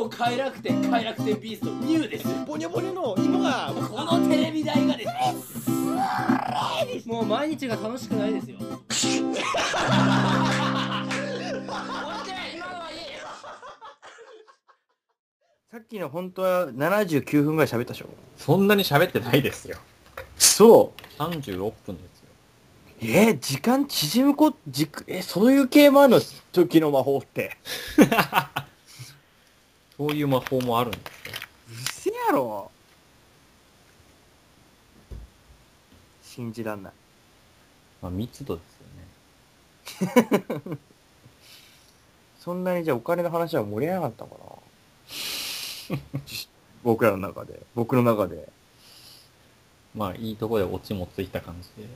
超快楽天ビーストニューです。 ボニョボニョの芋がこのテレビ台がですね、もう毎日が楽しくないですよ。 さっきの本当は79分ぐらい喋ったでしょ。 そんなに喋ってないですよ。 そう 36分ですよ。 時間縮むそういう系もあるの、時の魔法って。 そういう魔法もあるんですよ。 うせやろ。信じらんない。 まあ密度ですよね。 そんなにじゃあお金の話は盛り上がったのかな。僕の中で。 まあいいとこでオチもついた感じで。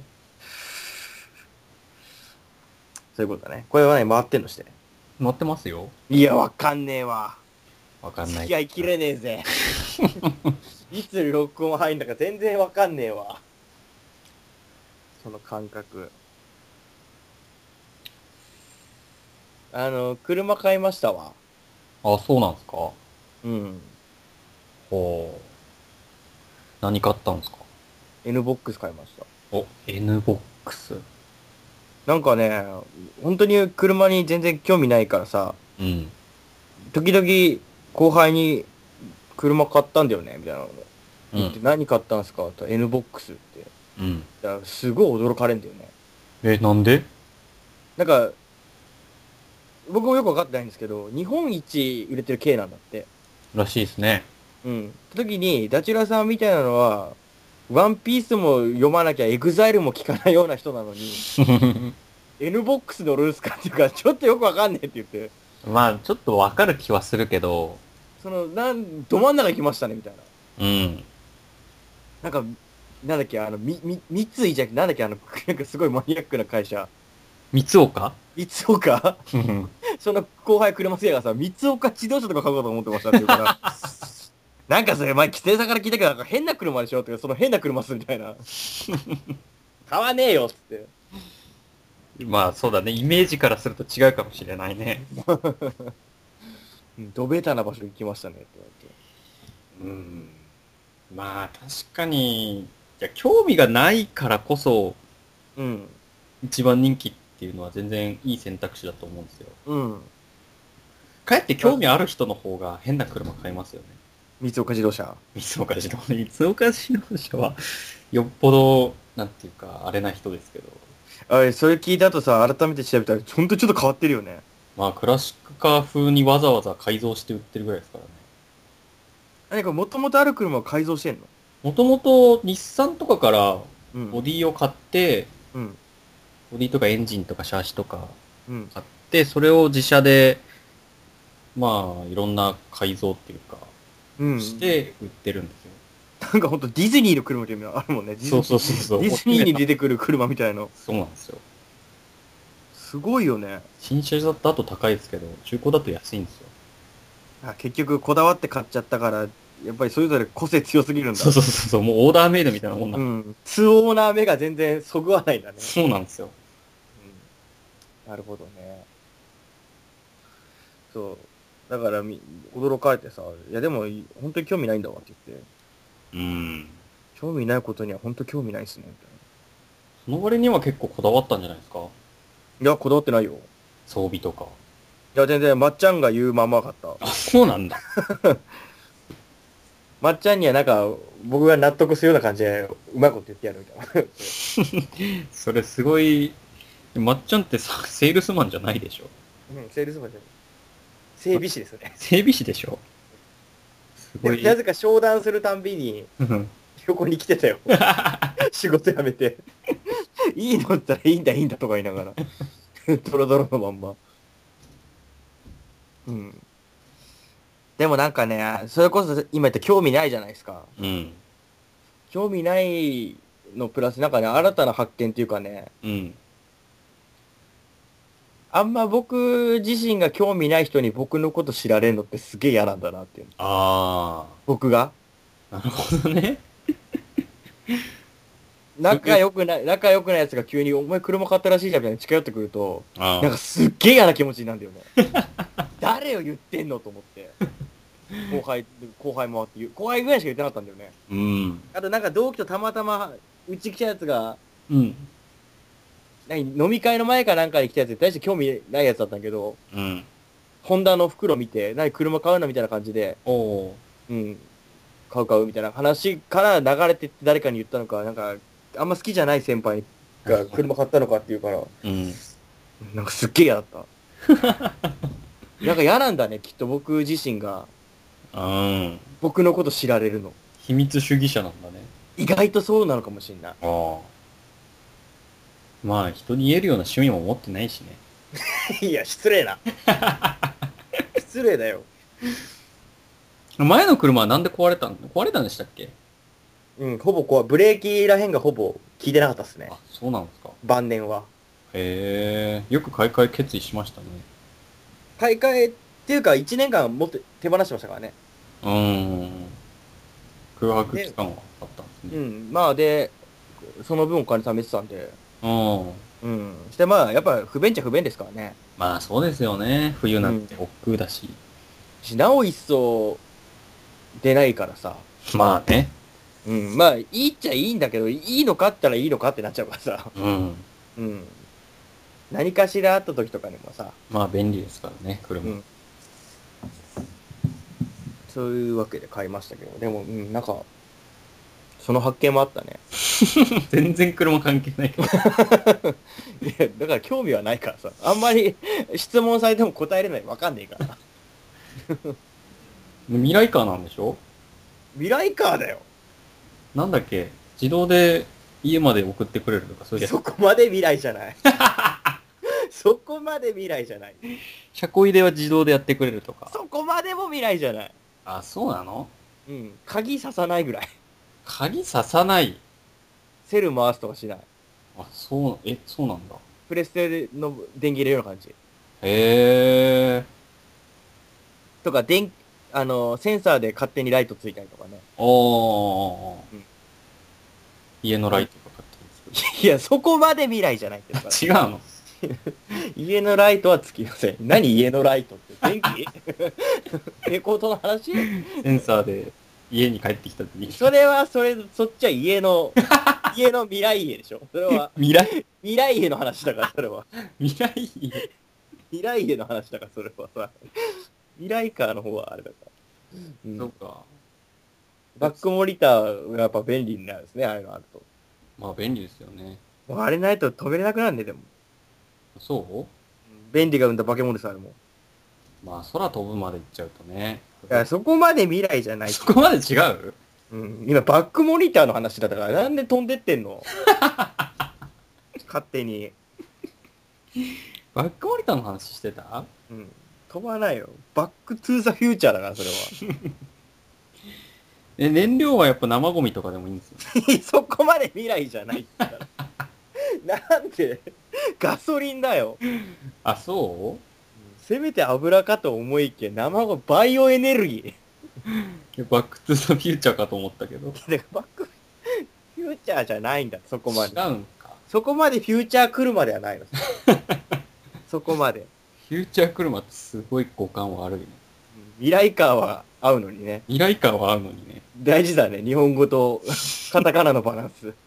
そういうことだね。これはね、回ってんのして。 乗ってますよ。 いや、わかんねえわ。 わかんない。 付き合いきれねえぜ。いつ録音入んだか全然わかんねえわ。その感覚。車買いましたわ。 あ、そうなんですか。 うん。 ほう。何買ったんですか。 N ボックス買いました。 お、N ボックス。 なんかね、本当に車に全然興味ないからさ、 うん。 時々後輩に車買ったんだよね、みたいなの。言って、何買ったんすかって N ボックスって。 うん。 だからすごい驚かれんだよね。 なんで？ なんか、僕もよくわかってないんですけど、日本一売れてる系なんだって。 らしいですね。 うん。時に、ダチュラさんみたいなのは、ワンピースも読まなきゃエグザイルも聞かないような人なのに、N ボックス乗るんすかっていうか、ちょっとよくわかんねえって言って。 まあ、ちょっとわかる気はするけど。 ど真ん中行きましたね、みたいな。 うん。 なんか、なんだっけ、三井じゃなくて、なんだっけ、なんかすごいマニアックな会社。 三岡？ 三岡その後輩車好きがさ、三岡自動車とか買おうかと思ってましたって言うから、なんかそれ前、規制さんから聞いたけど、なんか変な車でしょって、その変な車すみたいな。買わねえよっつって。 まあそうだね、イメージからすると違うかもしれないね。 ドベタな場所行きましたねってうん。まあ確かに、いや興味がないからこそ、 うん。 一番人気っていうのは全然いい選択肢だと思うんですよ。 うん。 かえって興味ある人の方が変な車買いますよね。 三岡自動車。 三岡自動車。三岡自動車は、よっぽど、なんていうか、あれな人ですけど。 それ聞いた後さ、改めて調べたら、ほんとちょっと変わってるよね。 まあクラシックカー風にわざわざ改造して売ってるぐらいですからね。 何かもともとある車を改造してんの？ もともと日産とかからうん。 ボディを買って、 うん。 ボディとかエンジンとかシャーシとかうん。 買って、それを自社で、まあいろんな改造っていうか、 うん。 して売ってるんですよ。 なんかほんとディズニーの車っていうのあるもんね。 そうそうそうそう。 ディズニーに出てくる車みたいな。 そうなんですよ。 すごいよね。 新車だと高いですけど、中古だと安いんですよ。 結局こだわって買っちゃったから、やっぱりそれぞれ個性強すぎるんだ。 そうそうそうそう、もうオーダーメイドみたいなもんなうんん。2オーナー目が全然そぐわないんだね。 そうなんですよ。 なるほどね。そう。だから驚かれてさ、いやでも、本当に興味ないんだわって言って。 うん。 興味ないことには本当興味ないっすね、みたいその割には結構こだわったんじゃないですか？ な。いや、こだわってないよ。 装備とか。 いや、全然、まっちゃんが言うまんまかった。 あ、そうなんだ。 まっちゃんにはなんか、僕が納得するような感じで、うまいこと言ってやるみたいな。 それすごい、まっちゃんってさ、セールスマンじゃないでしょ？ うん、セールスマンじゃない。整備士ですね。 整備士でしょ？すごい。 なぜか商談するたんびに、横に来てたよ。仕事辞めて。いいのって言ったらいいんだとか言いながら。ドロドロのまんま。うん。でもなんかね、それこそ今言った興味ないじゃないですか。 うん。 興味ないのプラスなんかね、新たな発見っていうかね、 うん。 あんま僕自身が興味ない人に僕のこと知られるのってすげえ嫌なんだなっていう。 あ僕があ。なるほどね。 仲良くないやつが急にお前車買ったらしいじゃんみたいに近寄ってくると、 あなんかすっげえ嫌な気持ちになるんだよね。誰を言ってんのと思って。 後輩もっていう、後輩ぐらいしか言ってなかったんだよね。 うん。 あとなんか同期とたまたま、うち来たやつが、 うん。 飲み会の前かなんかに来たやつで、大して興味ないやつだったんだけど、 うん。 ホンダの袋見て、車買うのみたいな感じで、 おお。 うん、買うみたいな話から流れてって誰かに言ったのか、なんか、あんま好きじゃない先輩が車買ったのかって言うから、 うん。 なんかすっげえ嫌だった。なんか嫌なんだね、きっと僕自身が、 うん。 僕のこと知られるの。 秘密主義者なんだね。 意外とそうなのかもしんない。 ああ。まあ、人に言えるような趣味も持ってないしね。 いや、失礼な。失礼だよ。 前の車はなんで壊れたんでしたっけ？ うん、ほぼブレーキらへんがほぼ効いてなかったっすね。 あ、そうなんですか。 晩年は。 へえ、よく買い替え決意しましたね。 買い替えっていうか1年間持って手放してましたからね。 空白期間はあったんですね。 うん、まあで、その分お金貯めてたんで。 うん。 うん。してまあ、やっぱ不便っちゃ不便ですからね。 まあそうですよね。冬なんて億劫だし。 なお一層出ないからさ。 まあね。 うん。まあ、いいっちゃいいんだけど、いいのかって言ったらいいのかってなっちゃうからさ。 うん。 うん。何かしらあった時とかにもさ。 まあ便利ですからね、車。 うん。そういうわけで買いましたけど、でも、うん、なんか、その発見もあったね。 全然車関係ないけど。 いや、だから興味はないからさ。あんまり質問されても答えれない。わかんねえから。 未来カーなんでしょ？ 未来カーだよ。 なんだっけ？自動で家まで送ってくれるとかそういうやつ。 そこまで未来じゃない。そこまで未来じゃない。 車庫入れは自動でやってくれるとか。 そこまでも未来じゃない。 あ、そうなの？ うん。鍵刺さないぐらい。 鍵刺さない。 セル回すとかしない。 あ、そうなんだ。 プレステの電気入れるような感じ。 へえ。 とか、センサーで勝手にライトついたりとかね。 おー。 うん、 家のライトがかかってるんですいや、そこまで未来じゃないって言うからけど。違うの？ 家のライトはつきません。何家のライトって電気レコードの話センサーで家に帰ってきた時に。 そっちは家の未来家でしょそれは。 未来家の話だから、それは。 未来家未来家の話だから、それはさ。未来カーの方はあれだから。うん、 そうか。 バックモニターがやっぱ便利になるんですね、ああいうのあると。 まあ便利ですよね。 あれないと飛べれなくなるね、でも。 そう？ 便利が生んだ化け物です、あれも。 まあ空飛ぶまで行っちゃうとね。 いや、そこまで未来じゃない。 そこまで違う？ うん。今、バックモニターの話だったから、なんで飛んでってんの勝手に。 バックモニターの話してた？ うん。飛ばないよ。バックトゥーザフューチャーだから、それは。 燃料はやっぱ生ゴミとかでもいいんですよ。 そこまで未来じゃないって言ったら。なんでガソリンだよ。 あ、そう？ せめて油かと思いきや、バイオエネルギバックトゥザフューチャーかと思ったけど。 ー。バックフューチャーじゃないんだ、そこまで。 違うんか。 そこまでフューチャー来るまではないの。そこまで。 フューチャー車ってすごい五感悪いね。 未来カーは合うのにね。 未来カーは合うのにね。 大事だね。日本語とカタカナのバランス。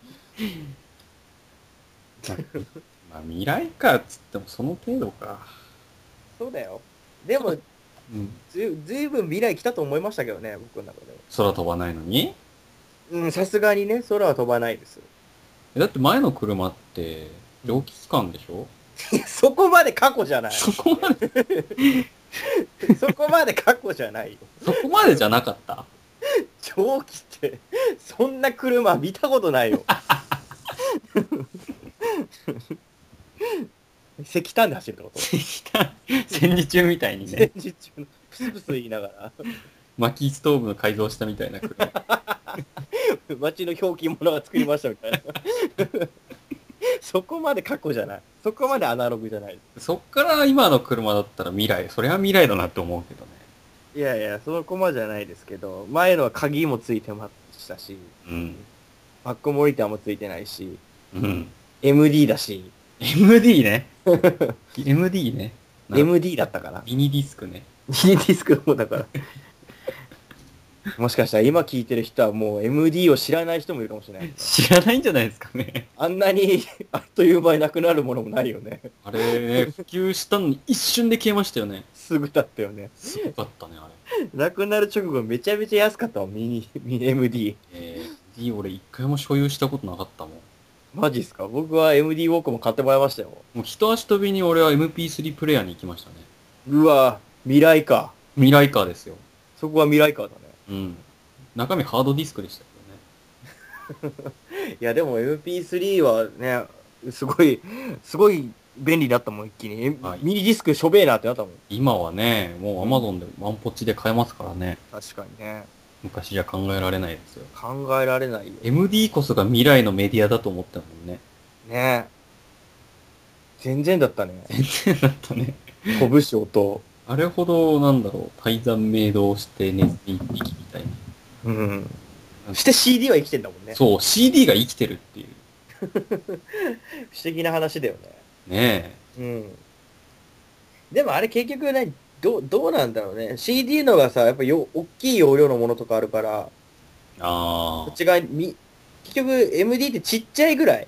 まあ未来カーっつってもその程度か。 そうだよ。でも、 うん。 ずいぶん未来来たと思いましたけどね、僕の中では。 空飛ばないのに？ うん、さすがにね、空は飛ばないです。 だって前の車って蒸気機関でしょ？ いや、そこまで過去じゃない。 そこまで、 そこまで過去じゃないよ。 そこまでじゃなかった？ 蒸気って、そんな車見たことないよ。石炭で走るってこと？ 戦時中みたいにね。 戦時中のプスプス言いながら。 薪ストーブの改造したみたいな車。 街の表記物が作りましたみたいな。そこまで過去じゃない。そこまでアナログじゃない。 そっから今の車だったら未来、それは未来だなって思うけどね。 いやいや、そこまでじゃないですけど、前のは鍵もついてましたし、 うん。 バックモニターもついてないし、 うん。 MD だし、 MD ね。MD ね。 MD だったかな。 ミニディスクね。 ミニディスクもだから。 もしかしたら今聞いてる人はもう MD を知らない人もいるかもしれない。 知らないんじゃないですかね。 あんなにあっという間になくなるものもないよね。 あれ、普及したのに一瞬で消えましたよね。 すぐだったよね。 すごかったね、あれ。 なくなる直後めちゃめちゃ安かったわ、ミニ MD。 D 俺一回も所有したことなかったもん。 マジっすか？僕は MD ウォークも買ってもらいましたよ。 もう一足飛びに俺は MP3 プレイヤーに行きましたね。 うわ、未来か。 未来カーですよ。 そこは未来かだね。 うん。中身ハードディスクでしたけどね。 いや、でも MP3 はね、すごい便利だったもん、一気に。 はいミニディスクしょべえなってなったもん。 今はね、もう Amazon でワンポチで買えますからね。 確かにね。 昔じゃ考えられないですよ。 考えられないよ。 MD こそが未来のメディアだと思ってたもんね。 ね全然だったね。 全然だったね。 拳音。 あれほど、なんだろう、改ざん明動してネズミ一匹みたいな。 うん。して CD は生きてんだもんね。 そう、CD が生きてるっていう。 不思議な話だよね。 ねうん。でもあれ結局ね、どうなんだろうね。CD のがさ、やっぱ大きい容量のものとかあるから、 え。ああ。 こっち側に、結局 MD ってちっちゃいぐらい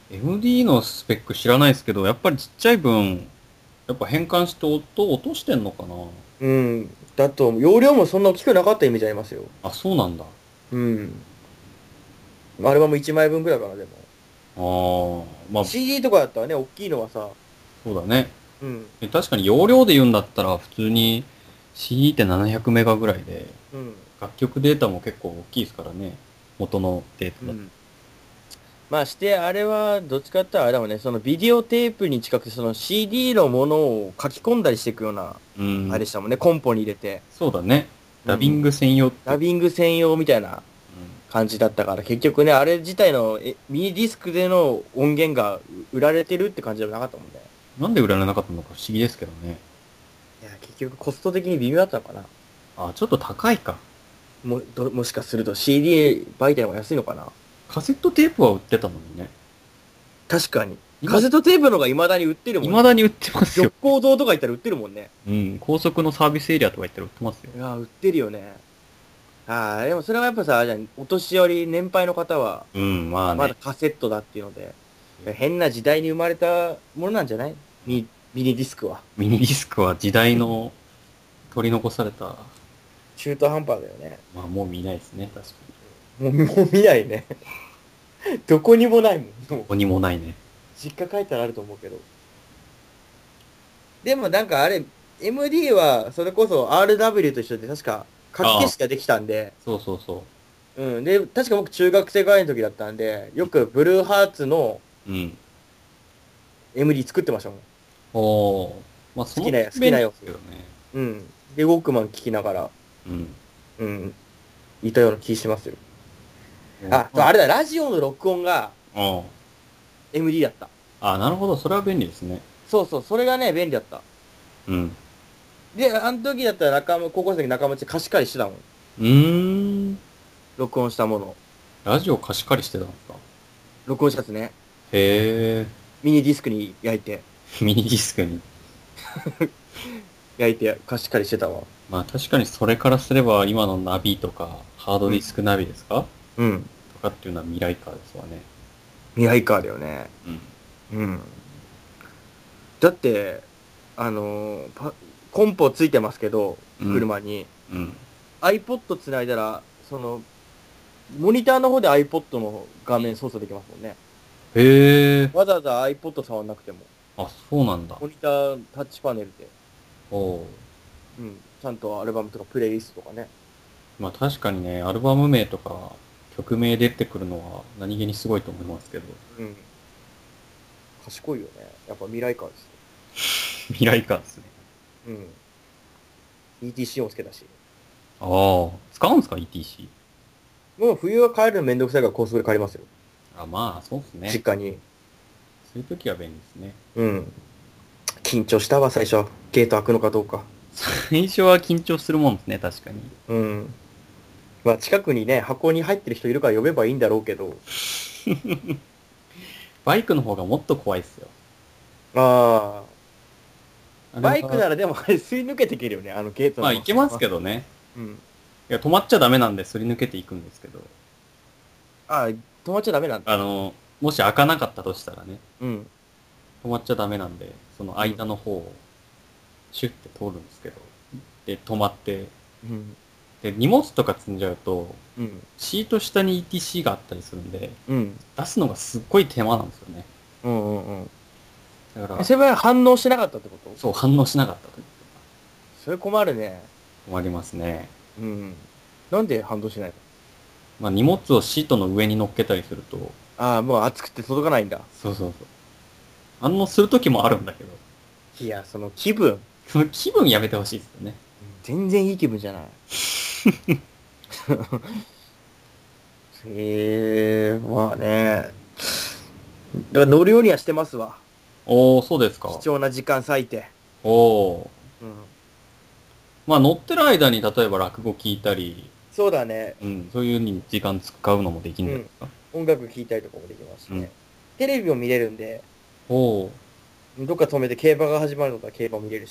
MD のスペック知らないですけど、やっぱりちっちゃい分、やっぱ変換して音を落としてんのかな。 うん。だと思う、容量もそんな大きくなかったイメージありますよ。 あ、そうなんだ。 うん。アルバム1枚分ぐらいかな、でも。 ああ、まあ、 CD とかだったらね、大きいのはさ、 そうだね。 うん。 確かに容量で言うんだったら、普通に CD って700メガぐらいで、 うん。 楽曲データも結構大きいですからね。元のデータだと。 まあして、あれは、どっちかって言ったらあれだもんね、そのビデオテープに近くて、その CD のものを書き込んだりしていくような、 うん。 あれでしたもんね、コンポに入れて。 そうだね。ダビング専用って。 ダビング専用みたいな感じだったから、結局ね、あれ自体のミニディスクでの音源が売られてるって感じでもなかったもんね。 なんで売られなかったのか不思議ですけどね。 いや、結局コスト的に微妙だったのかな。 あ、ちょっと高いか。 もしかすると CD 媒体の方が安いのかな。 カセットテープは売ってたのにね。 確かに。 今カセットテープの方が未だに売ってるもんね。 未だに売ってますよ玉。光堂とか行ったら売ってるもんね。 うん。高速のサービスエリアとか行ったら売ってますよ。 いや、売ってるよね。ああ、でもそれはやっぱさ、じゃあお年寄り、年配の方は、 うん、まあまだね。 カセットだっていうので、変な時代に生まれたものなんじゃないミニディスクは。 ミニディスクは時代の取り残された。 中途半端だよね。 まあもう見ないですね。確かもう見ないね。どこにもないもん。もうどこにもないね。 実家帰ったらあると思うけど。でもなんかあれ、MD はそれこそ RW と一緒で確か書き消しができたんで、 そうそうそうん。で、確か僕中学生ぐらいの時だったんで、よくブルーハーツのう。うん。 MD 作ってましたもん。 おー。まあその好きな好きなよですけどね。 うん。で、ウォークマン聞きながら、 うん。 うん。いたような気しますよ。あ、 ああれだ、ラジオの録音があ。 MD だった。 あ、なるほど。それは便利ですね。 そうそう、それがね、便利だった。 うん。 で、あの時だったら高校生の時仲間ち貸し借りしてたもん。 うーん。 録音したもの。 ラジオ貸し借りしてたんですか？ 録音したやつね。 へえ。 ミニディスクに焼いてミニディスクに。 貸し借りしてたわ。 まあ確かにそれからすれば今のナビとか、ハードディスクナビですか、 うん。 とかっていうのは未来カーですわね。 未来カーだよね。 うん。 うん。だって、コンポついてますけど、 うん車に。 うん。 iPod つないだら、モニターの方で iPod の画面操作できますもんね。 へえ。 わざわざ iPod 触んなくても。 あ、そうなんだ。 モニタータッチパネルで。 おう。 うん。ちゃんとアルバムとかプレイリストとかね。 まあ確かにね、アルバム名とか曲名出てくるのは何気にすごいと思いますけど。 うん。賢いよね。やっぱ未来カーです未来カーですね。 よ。うん。ETC もつけたし。 ああ、使うんすか ETC？ もう冬は帰るのめんどくさいから高速で帰りますよ。 あ、まあそうですね。 実家に。 そういう時は便利ですね。 うん。緊張したわ、最初。ゲート開くのかどうか。 最初は緊張するもんですね、確かに。 うん。まあ近くにね、箱に入ってる人いるから呼べばいいんだろうけど。 バイクの方がもっと怖いっすよ。 ああ。 あれはバイクならでもあれ吸い抜けていけるよね、あのゲートの。 まあいけますけどね。 うん。 や、止まっちゃダメなんですり抜けていくんですけど、 あ、止まっちゃダメなんだ。 もし開かなかったとしたらね、 うん。 止まっちゃダメなんで、その間の方をシュッて通るんですけど、で、止まって、 うん。 で、荷物とか積んじゃうと、 うん。 シート下に ETC があったりするんで、 うん。 出すのがすっごい手間なんですよね。 うんうんうん。 だから、 それは反応しなかったってこと？ そう、反応しなかったとそれ困るね。 困りますね。 うん。なんで反応しないの？ まあ、荷物をシートの上に乗っけたりすると、 ああ、もう熱くて届かないんだ。 そうそうそう。反応する時もあるんだけど、 いや、その気分。 その気分やめてほしいですよね。 全然いい気分じゃない。まあね。だから乗るようにはしてますわ。 おー、そうですか。 貴重な時間割いて。 おー。 うん。 まあ乗ってる間に例えば落語聞いたり、 そうだね。 うん、そういうに時間使うのもできるんじゃないですか。 音楽聴いたりとかもできますしね。 うんテレビも見れるんで、 おー。 どっか止めて競馬が始まるのか競馬見れるし。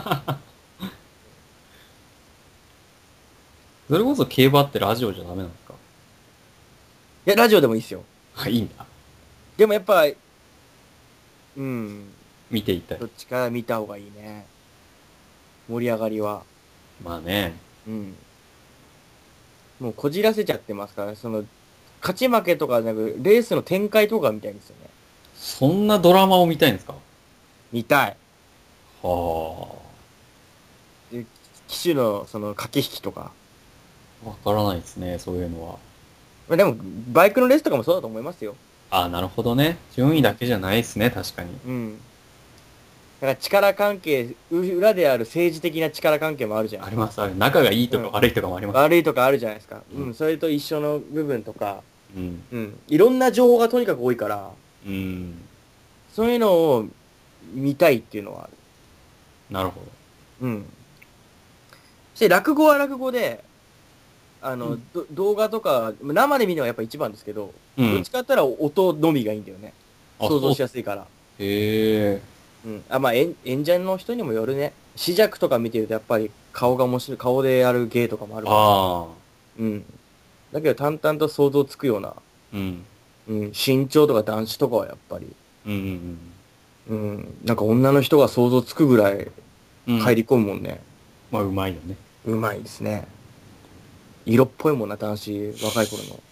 それこそ競馬ってラジオじゃダメなんですか？ いや、ラジオでもいいっすよ。 あ、いいんだ。 でもやっぱ、うん、 見ていたいど。っちから見た方がいいね。盛り上がりは。 まあね。 うん。もうこじらせちゃってますから、勝ち負けとかなく、レースの展開とかみたいですよね。 そんなドラマを見たいんですか？ 見たい。 はで騎手の駆け引きとか。 あ。わからないですね、そういうのは。 まあでも、バイクのレースとかもそうだと思いますよ。 ああ、なるほどね。順位だけじゃないですね、確かに。 うん。だから力関係、裏である政治的な力関係もあるじゃん。 あります、あれ。仲がいいとか悪いとかもあります。 悪いとかあるじゃないですか。 うんうん、それと一緒の部分とか、 うん。 うん。いろんな情報がとにかく多いから、 うん。 そういうのを見たいっていうのはある。 なるほど。 うん。そして落語は落語で、 ん動画とか、生で見るのがやっぱ一番ですけど、 うんどっちかって言ったら音のみがいいんだよね。 あ想像しやすいから。 へえ。 うん。あ、まあ、演者の人にもよるね。紫尺とか見てるとやっぱり顔が面白い、顔でやる芸とかもあるから。 ああ。 うん。だけど淡々と想像つくような、 うん。 うん、身長とか男子とかはやっぱり、 うんうんうん、なんか女の人が想像つくぐらいうん。 入り込むもんね。 まあ、うまいよね。 うまいですね。色っぽいもんな、男子、若い頃の。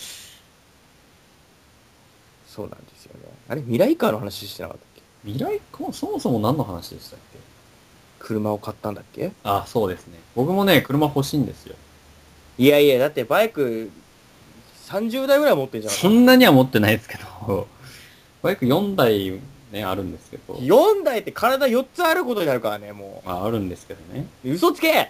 そうなんですよね。あれ、未来カーの話してなかったっけ？ 未来か、そもそも何の話でしたっけ？ 車を買ったんだっけ？ あ、そうですね。僕もね、車欲しいんですよ。 いやいや、だってバイク30台ぐらい持ってんじゃん。 そんなには持ってないですけど、バイク4台ね、あるんですけど、 4台って体4つあることになるからね、もまあ、あるんですけどね。 う。嘘つけ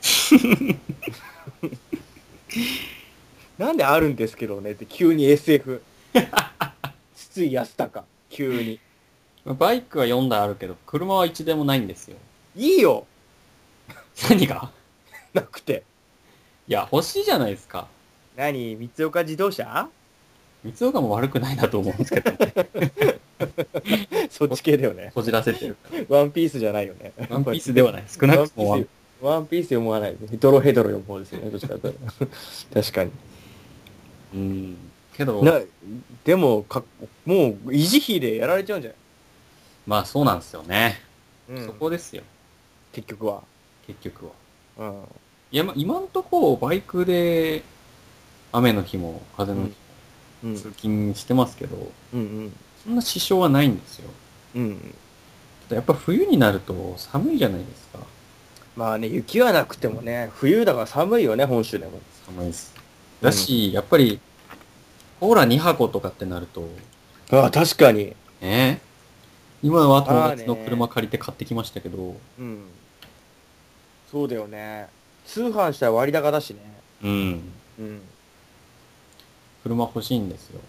なんであるんですけどねって急に SF。筒井康隆。急に。 まあバイクは4台あるけど、車は1台もないんですよ。 いいよ何が？ なくて。 いや、欲しいじゃないですか。 何三岡自動車？ 三岡も悪くないなと思うんですけどね。 そっち系だよね。 こじらせてるかワンピースじゃないよね。 ら。ワンピースではない。少なくともワンピース読まない。ドロヘドロ読む方ですよね。どっちかというと。確かに。 うん。けど、 でももう維持費でやられちゃうんじゃまあそうなんですよね。 ない？ そこですよ。 結局は。 結局は。 うん。 いや、まあ今んとこバイクで雨の日も風の日うんも通勤してますけど、 うんそんな支障はないんですよ。 うん。 ただやっぱ冬になると寒いじゃないですか。 まあね、雪はなくてもね、冬だから寒いよね、本州でも。 寒いです。だし、やっぱり、ほら2箱とかってなると、 ああ、確かに。 ね今は友まあね達の車借りて買ってきましたけど、 うん。そうだよね。通販したら割高だしね。 うん。 うん。 車欲しいんですよ。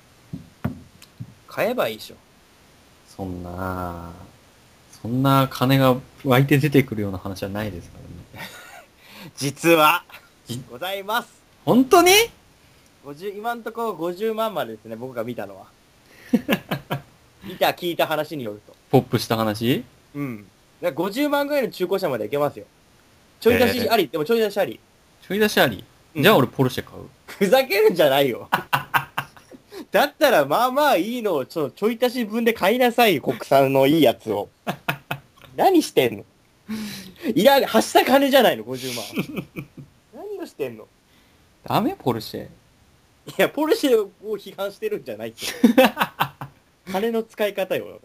買えばいいでしょ。 そんな金が湧いて出てくるような話はないですからね。 実はじ、 ございます。 本当に？ 今んところ50万までですね、僕が見たのは。聞いた話によると。 ポップした話？ うん。だから50万ぐらいの中古車までいけますよ。ちょい出しあり、でもちょい出しあり。 ちょい出しあり。 うんじゃあ俺ポルシェ買う。 ふざけるんじゃないよ。だったらまあまあいいのをちょい足し分で買いなさいよ、国産のいいやつを。何してんの？発した金じゃないの、50万。何をしてんの？ ダメポルシェ。 いや、ポルシェを批判してるんじゃないって。金の使い方よ。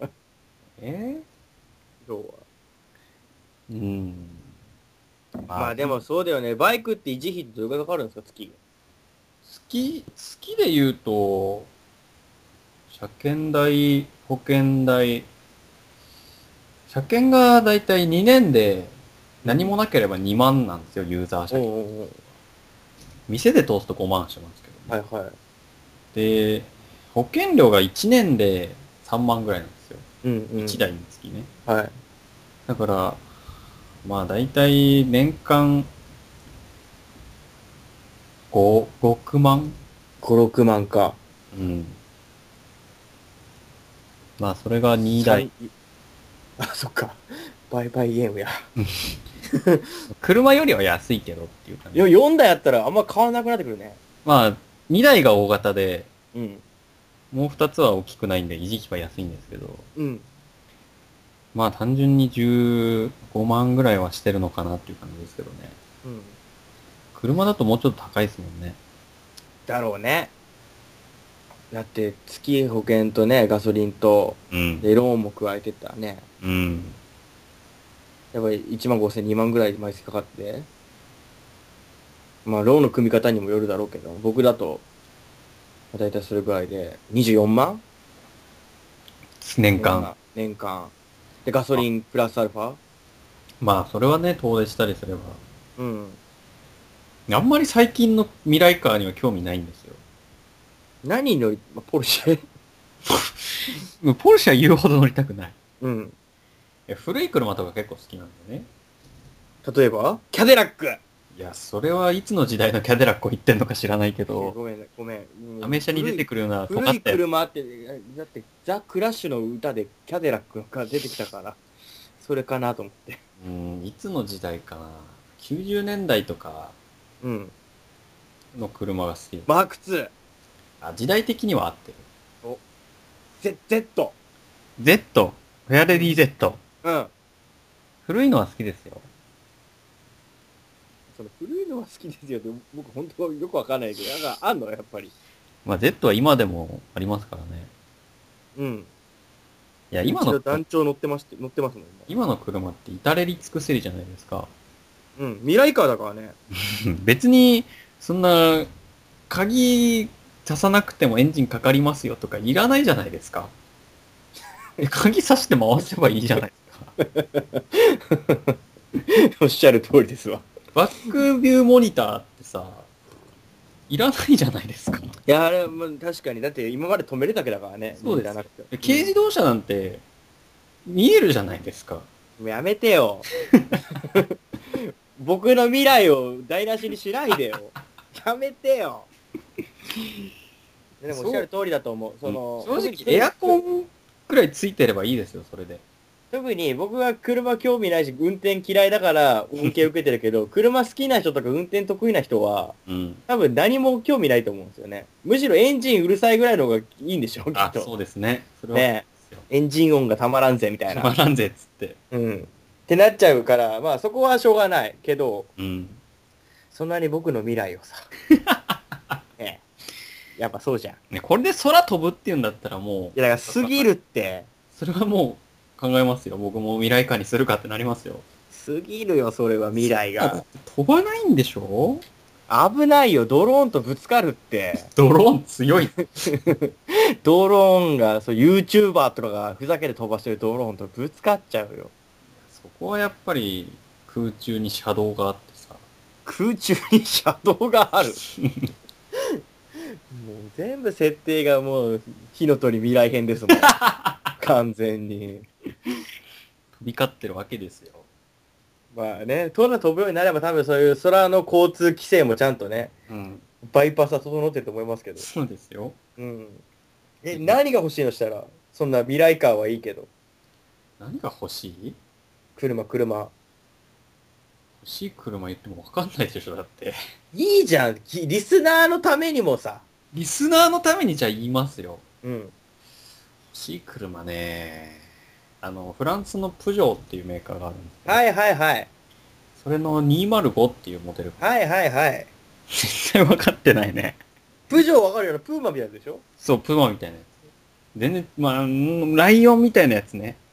要は。 うん。 まあでもそうだよね。バイクって維持費ってどれくらいかかるんですか、月。 好きで言うと、車検代、保険代、車検がだいたい2年で何もなければ2万なんですよ、ユーザー車検。 おう店で通すと5万しますけど、ね。 はいはい。 で、保険料が1年で3万ぐらいなんですよ。 うんうん。 1台につきね。 はい。 だから、まあ大体年間5、6万。 5、6万か。 うん。まあそれが2台。 あ、そっか。売買ゲームや。 車よりは安いけどっていう感じ。 4台やったらあんま変わらなくなってくるね。 まあ、2台が大型で、 うん。 もう2つは大きくないんで維持費は安いんですけど、 うん。 まあ単純に15万ぐらいはしてるのかなっていう感じですけどね。 うん。 車だともうちょっと高いですもんね。 だろうね。だって月保険とね、ガソリンと、 うん。 で、ローンも加えてったらね、 うん。 やっぱり1万5千、2万ぐらい毎月かかって、まあローンの組み方にもよるだろうけど、僕だと、だいたいそれぐらいで、24万年間。 年間。で、ガソリンプラスアルファ。 まあそれはね、遠出したりすれば。 うん。 あんまり最近の未来カーには興味ないんですよ。 何乗り、ポルシェポルシェは言うほど乗りたくない。 うん。 古い車とか結構好きなんでね。 例えばキャデラック。 いや、それはいつの時代のキャデラックを言ってんのか知らないけど、 ごめん、ごめん。 アメ車に出てくるような尖古いったやつ。 車って、だってザ・クラッシュの歌でキャデラックが出てきたから、それかなと思って。 いつの時代かな。90年代とかうん。 の車が好き。 マーク2。 あ、時代的には合ってる。 お、Z。 Z。フェアレディ Z。 うん。 古いのは好きですよ。 その古いのは好きですよって、僕本当よくわかんないけど、なんかあんのやっぱり。 まあ Z は今でもありますからね。 うん。 いや、今一度の、 団長乗ってますもん、 今の車って至れり尽くせりじゃないですか。 うん。未来カーだからね。 別に、そんな、鍵刺さなくてもエンジンかかりますよとかいらないじゃないですか。鍵刺して回せばいいじゃないですか。 おっしゃる通りですわ。 バックビューモニターってさ、いらないじゃないですか。 いや、あれ、まあ、確かに。だって今まで止めるだけだからね。 そうですじゃなくて。 軽自動車なんて見えるじゃないですか。 やめてよ。僕の未来を台無しにしないでよ。やめてよ。でもおっしゃる通りだと思う。 正直エアコンくらいついてればいいですよ、それで。 特に僕は車興味ないし、運転嫌いだから恩恵受けてるけど、車好きな人とか運転得意な人は、多分何も興味ないと思うんですよね。むしろエンジンうるさいぐらいの方がいいんでしょ、きっあ、 と。 そうですね。それはねエンジン音がたまらんぜ、みたいな。 たまらんぜっつって。 ってなっちゃうから、まあそこはしょうがないけど、 うん。 そんなに僕の未来をさ。やっぱそうじゃん。 ね、これで空飛ぶっていうんだったらもう。 いやだから過ぎるって。 それはもう考えますよ。僕も未来化にするかってなりますよ。 過ぎるよ、それは未来が。 飛ばないんでしょ？ 危ないよ、ドローンとぶつかるって。 ドローン強い。 ドローンが、そう、YouTuber とかがふざけて飛ばしてるドローンとぶつかっちゃうよ。 そこはやっぱり空中に車道があってさ。 空中に車道がある。もう全部設定がもう火の鳥未来編ですもん。完全に。 飛び交ってるわけですよ。 まあね、空飛ぶようになれば多分そういう空の交通規制もちゃんとね、バイパスは整ってると思いますけど。 そうですよ。 何が欲しいのしたら、そんな未来カーはいいけど。 何が欲しい？ 車。 欲しい車言ってもわかんないでしょ、だって。 いいじゃん。リスナーのためにもさ。 リスナーのためにじゃあ言いますよ。 うん。 欲しい車ね。フランスのプジョーっていうメーカーがあるんですけど、 はいはいはい。 それの205っていうモデル。 はいはいはい。 絶対分かってないね。 プジョーわかるよな、プーマみたいなやつでしょ？ そう、プマみたいなやつ。全然、まあ、ライオンみたいなやつね。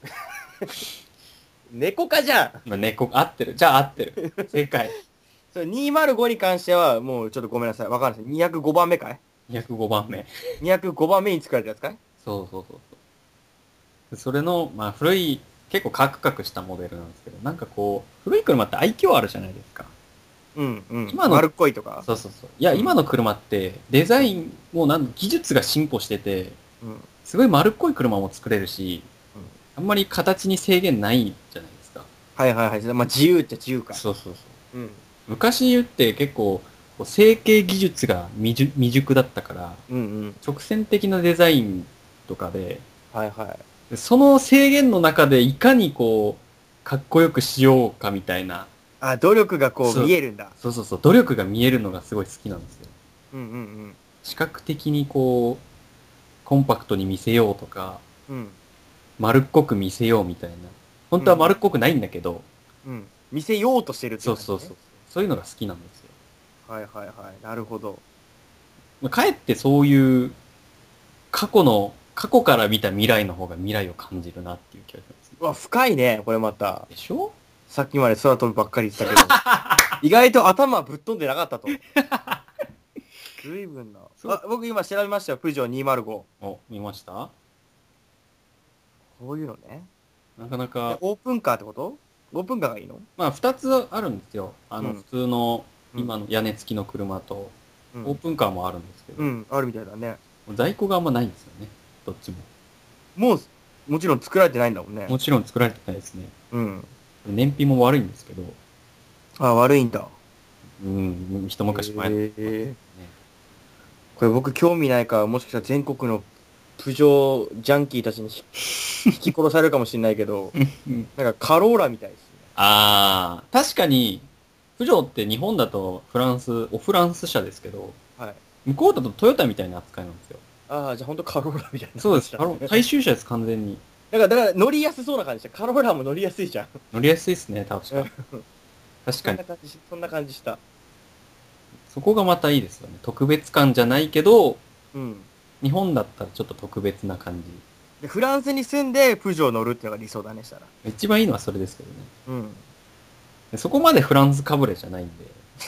猫科じゃん。 まあ、猫、合ってる。じゃあ合ってる。正解。 それ205に関しては、もうちょっとごめんなさい。わかんないです。205番目かい？ 205番目。 205 番目に作られたやつかい？ そうそうそうそう。それの、まあ古い、結構カクカクしたモデルなんですけど、なんかこう、古い車って愛嬌あるじゃないですか。 うんうん。 今の丸っこいとか。 そうそうそう。いや、今の車ってデザインも技術が進歩してて、 うん。うん。 すごい丸っこい車も作れるし、あんまり形に制限ないじゃないですか。 はいはいはい。まあ自由っちゃ自由か。 そうそうそう。 うん。 昔言って結構、こう成形技術が未熟だったから、 うんうん。 直線的なデザインとかで、 はいはい。 その制限の中でいかにこう、かっこよくしようかみたいな。 あ、努力がこうそう見えるんだ。 そうそうそう、努力が見えるのがすごい好きなんですよ。 うん視覚的にこう、コンパクトに見せようとか、 うんうん。 丸っこく見せようみたいな。本当は丸っこくないんだけど、 うん。うん。見せようとしてるってそう感じね。 そうそう。そういうのが好きなんですよ。 はいはいはい。なるほど。 まあかえってそういう過去から見た未来の方が未来を感じるなっていう気がします。 うわ、深いね、これまた。 でしょ？ さっきまで空飛ぶばっかり言ってたけど。意外と頭ぶっ飛んでなかったと。随分な。あ、僕今調べましたよ。プジョー205。 お、見ました？ こういうのね。 なかなか、 オープンカーってこと？オープンカーがいいの？ まあ二つあるんですよ。 うん普通のうん今の屋根付きの車と、 うん。 オープンカーもあるんですけど、 うん、あるみたいだね。 在庫があんまないんですよね。どっちも。 もう、もちろん作られてないんだもんね。 もちろん作られてないですね。 うん。 燃費も悪いんですけど、 あ、悪いんだ。 一昔前の、ね。 これ僕興味ないから、もしかしたら全国のプジョージャンキーたちに引き殺されるかもしれないけど、なんかカローラみたいですね。 ああ、確かに、プジョーって日本だとフランス車ですけど、 はい。 向こうだとトヨタみたいな扱いなんですよ。 ああ、じゃあほんとカローラみたいな。 そうです。大衆車です、完全に。 だから乗りやすそうな感じした。カローラも乗りやすいじゃん。 乗りやすいですね、確か。確かに。 そんな感じした。 そこがまたいいですよね。特別感じゃないけど、 うん。 日本だったらちょっと特別な感じ。 で、フランスに住んでプジョー乗るっていうのが理想だね、したら。 一番いいのはそれですけどね。 うん。 でそこまでフランスかぶれじゃないんで。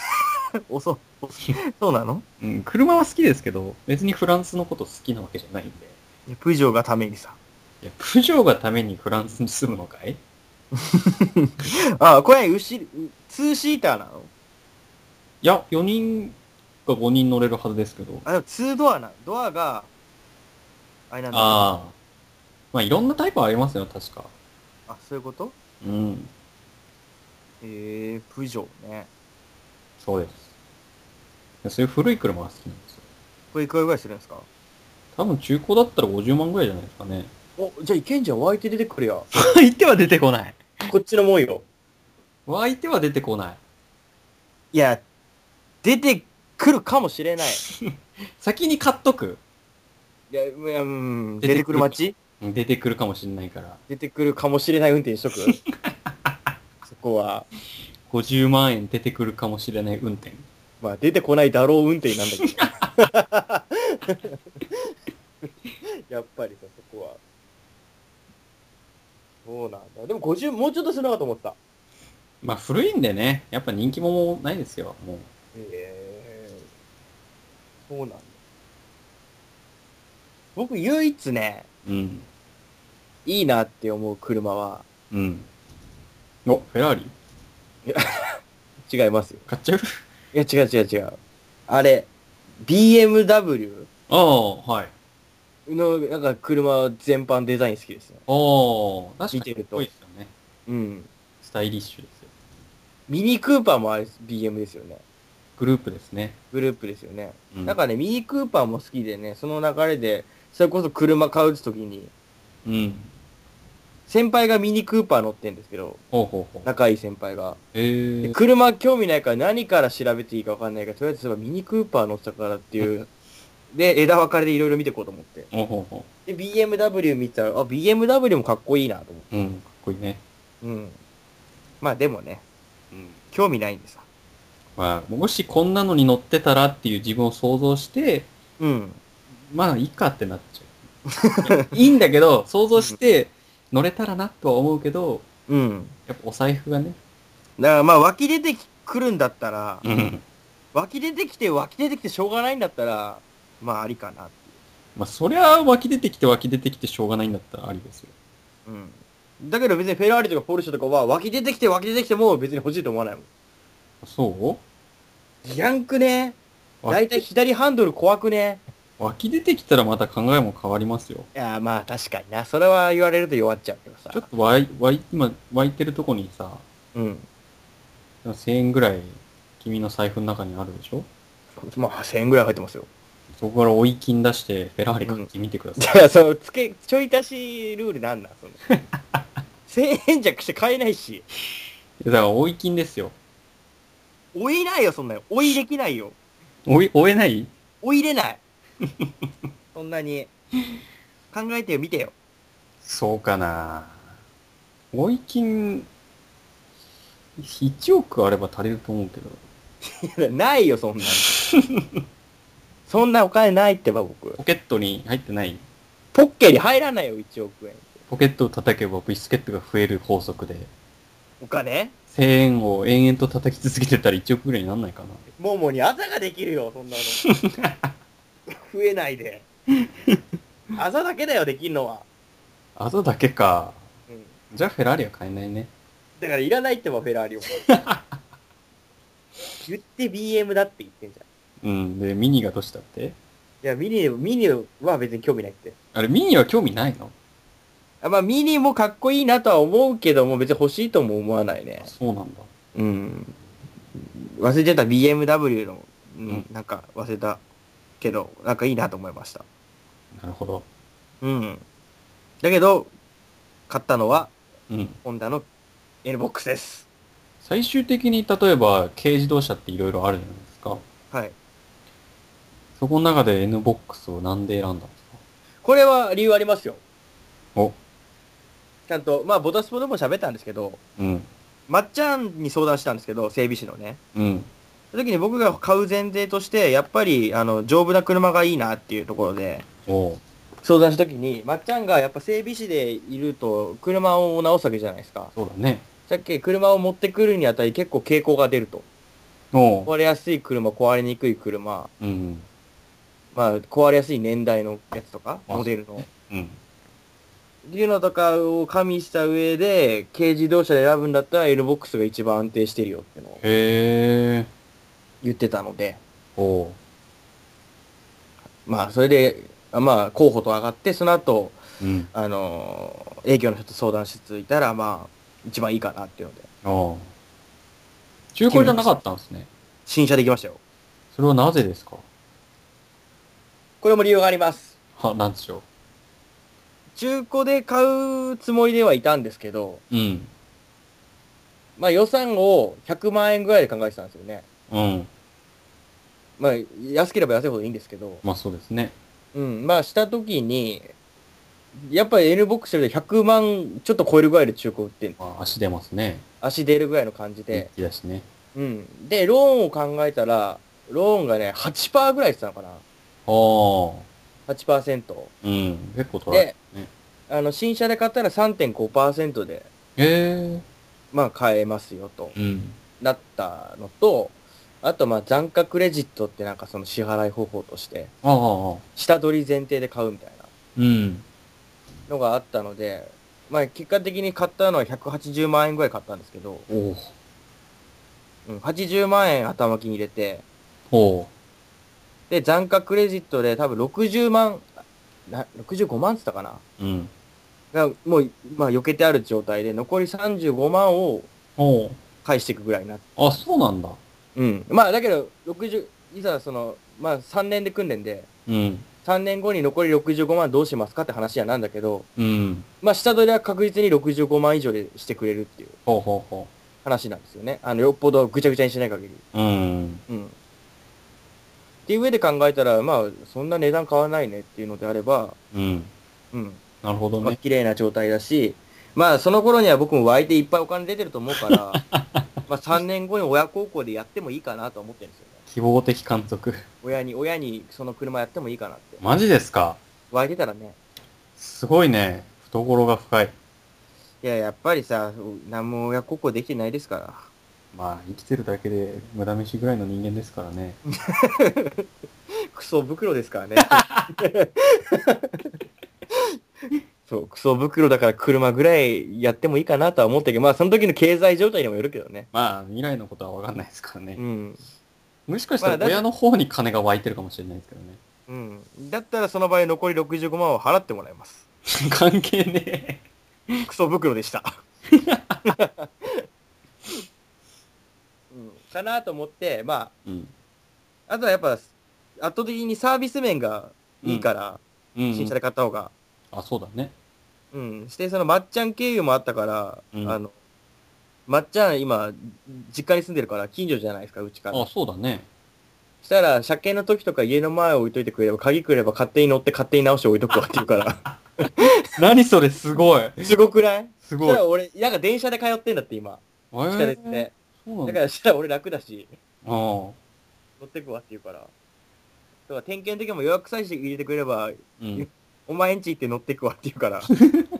そうなの？ うん、車は好きですけど、別にフランスのこと好きなわけじゃないんで。 プジョーがためにさ。 いや、プジョーがためにフランスに住むのかい？ あ、これ、ツーシーターなの？ いや、4人か5人乗れるはずですけど。 あ、でもツードアな。ドアが、あれなんだ。 ああ。まあ、いろんなタイプありますよ、確か。 あ、そういうこと？ うん。 プジョーね。 そうです。そういう古い車が好きなんですよ。 これいくらぐらいするんですか？ 多分中古だったら50万ぐらいじゃないですかね。 お、じゃあいけんじゃん。湧いて出てくるや。 相手は出てこない。 こっちのもんよ。 相手は出てこない。 いや、出てくるかもしれない。 先に買っとく。 いや、出てくる街？ 出てくるかもしれないから。 出てくるかもしれない運転しとく。そこは。 50万円出てくるかもしれない運転。 まあ、出てこないだろう運転なんだけど。やっぱりさ、そこは。そうなんだ。でも50、もうちょっとするのかと思ってた。 まあ古いんでね、やっぱ人気もないですよ、もう。 そうなんだ。僕唯一ね、 うん。 いいなって思う車は、 うん。お、フェラーリ違いますよ。 買っちゃう？ いや、違う。あれ、BMW ああ、はい。 の、なんか車全般デザイン好きですね。 ああ、確かに見てるとかっこいいですよね。 うん。 スタイリッシュですよ。 ミニクーパーもあれ BM ですよね。 グループですね。 グループですよね。 うんなんかね、ミニクーパーも好きでね、その流れで、それこそ車買うときに、 うん。 先輩がミニクーパー乗ってんですけど、 ほうほうほう。 仲いい先輩が。でえー。 車興味ないから何から調べていいか分かんないから、とりあえずミニクーパー乗ってたからっていう。で、枝分かれでいろいろ見ていこうと思って。 ほうほうほで、BMW 見てたら、あ、BMW もかっこいいなと思って。 う。うん、かっこいいね。 うん。まあでもね、 うん。 興味ないんでさ。 まあ、もしこんなのに乗ってたらっていう自分を想像して、 うん。 まあいいかってなっちゃう。いいんだけど、想像して乗れたらなとは思うけど、 うん。 やっぱお財布がね。 だからまあ湧き出てくるんだったら、 うん。 湧き出てきてしょうがないんだったら、まあありかなってまあそりゃ湧き出てきてしょうがないんだったらありですよ。 いう。うん。だけど別にフェラーリとかポルシェとかは湧き出てきても別に欲しいと思わないもん。 そギャンくね湧だいたい左ハンドル怖くねう湧き出てきたらまた考えも変わりますよ。 いやまあ確かにな。それは言われると弱っちゃうけどさ。 ちょっと今湧いてるとこにさ、 うん。 1000円ぐらい君の財布の中にあるでしょ。 まあ1000円ぐらい入ってますよ。 そこから追い金出してフェラーリ買ってみてください。 じゃあそのちょい足しルールなんなんその1000円弱して買えないし。 だから追い金ですよ。 追いないよそんなよ。追いできないよ。 追えない。 追いれない。そんなに。考えてよ、見てよ。 そうかな。追い金、1億あれば足りると思うけど。 いやないよ、そんなに。そんなお金ないってば、僕。 ポケットに入ってない。 ポッケに入らないよ、1億円。 ポケットを叩けばビスケットが増える法則で。 お金 1000円を延々と叩き続けてたら1億ぐらいになんないかな。 ももにあざができるよ、そんなの。増えないで。あざだけだよ、できんのは。 あざだけか。 うん。 じゃあフェラーリは買えないね。 だからいらないってば、フェラーリを。言って BM だって言ってんじゃん。 うん。で、ミニがどうしたって。 いや、ミニは別に興味ないって。 あれ、ミニは興味ないの？ まあ、ミニもかっこいいなとは思うけども、別に欲しいとも思わないね。 そうなんだ。 うん。忘れてた BMW の、 んなんか忘れたけど、なんかいいなと思いました。 なるほど。 うん。だけど、買ったのは、 うん。 ホンダの NBOX です。 最終的に例えば軽自動車っていろいろあるじゃないですか。 はい。 そこの中で NBOX をなんで選んだんですか？ これは理由ありますよ。 お、 ちゃんと、まあ、ボタスポでも喋ったんですけど、 うん。 まっちゃんに相談したんですけど、整備士のね。 うん。 その時に僕が買う前提として、やっぱり、丈夫な車がいいなっていうところで、 おう。 相談した時に、まっちゃんがやっぱ整備士でいると、車を直すわけじゃないですか。 そうだね。 さっき車を持ってくるにあたり結構傾向が出ると。 おう。 壊れやすい車、壊れにくい車、 うん。 まあ、壊れやすい年代のやつとか、 あモデルの。 うん。 っていうのとかを加味した上で、軽自動車で選ぶんだったら L-BOX が一番安定してるよってのをへえ。 言ってたので、 おう。 まあ、それで、まあ、候補と上がって、その後、 うん。 営業の人と相談しついたら、まあ、一番いいかなっていうので、 おう。中古じゃなかったんですね。 新車できましたよ。 それはなぜですか？ これも理由があります。 は、なんでしょ中古で買うつもりではいたんですけど、 う。うん。 まあ予算を100万円ぐらいで考えてたんですよね。 うん。 まあ、安ければ安いほどいいんですけど、 まあそうですね。 うん、まあした時に、やっぱり N-BOX で100万ちょっと超えるぐらいで中古売ってんの。 まあ足出ますね。 足出るぐらいの感じ人で。 気だしね。 うん。で、ローンを考えたら、ローンがね、8%ぐらいしてたのかな。 ああ。 8%。 うん。結構取られてるね。 新車で買ったら 3.5% で、 へえ。 まあ買えますよと、 うん。 なったのと、あとまあ残価クレジットってなんかその支払い方法として、 ああ。 下取り前提で買うみたいなうん。 のがあったので、まあ結果的に買ったのは180万円ぐらい買ったんですけど、 おう。 うん、80万円頭金入れて、 おう。 で、残価クレジットで多分60万、65万って言ったかなうん。 が、もう、まあ、避けてある状態で、残り35万をおう。 返していくぐらいになって。 あ、そうなんだ。 うん。まあ、だけど、いざまあ、3年で訓練で、 うん。 3年後に残り65万どうしますかって話はなんだけど、 うん。 まあ、下取りは確実に65万以上でしてくれるっていうほうほうほ話なんですよね。よっぽどぐちゃぐちゃにしない限り。 う。うん。 うん。っていう上で考えたら、まあ、そんな値段変わらないねっていうのであれば、 うん。 うん。 なるほどまあ、 ね。 綺麗な状態だし、まあ、その頃には僕も湧いていっぱいお金出てると思うから、まあ、3年後に親孝行でやってもいいかなと思ってるんですよね。 希望的観測。 親にその車やってもいいかなって。 マジですか？ 湧いてたらね。 すごいね。懐が深い。 いや、やっぱりさ、何も親孝行できてないですから。 まあ、生きてるだけで無駄飯ぐらいの人間ですからね。 クソ袋ですからね。そう、クソ袋だから車ぐらいやってもいいかなとは思ったけど、まあその時の経済状態にもよるけどね。 まあ、未来のことはわかんないですからね。 うん。 もしかしたまあだってら親の方に金が湧いてるかもしれないですけどね。 うん。だったらその場合残り65万を払ってもらいます。 関係ねクソ袋でした。うん。かなと思って、まえ。うん。 あ、あとはやっぱ圧倒的にサービス面がいいから、 うん。 新車で買った方が。 あ、そうだね。 うん。して、そのまっちゃん経由もあったから、 うんまっちゃん今、実家に住んでるから近所じゃないですか、うちから。 あ、そうだね。 したら、車検の時とか家の前置いといてくれれば、鍵くれば勝手に乗って勝手に直して置いとくわって言うから。 何それすごい。 すごくない？ すごい。 そしたら俺、なんか電車で通ってんだって今。地下鉄で。 そうなんだ。 だからしたら俺楽だし、 ああ。 乗ってくわって言うから。だから点検の時も予約さえして入れてくれれば、 うん。 お前んち行って乗ってくわって言うから。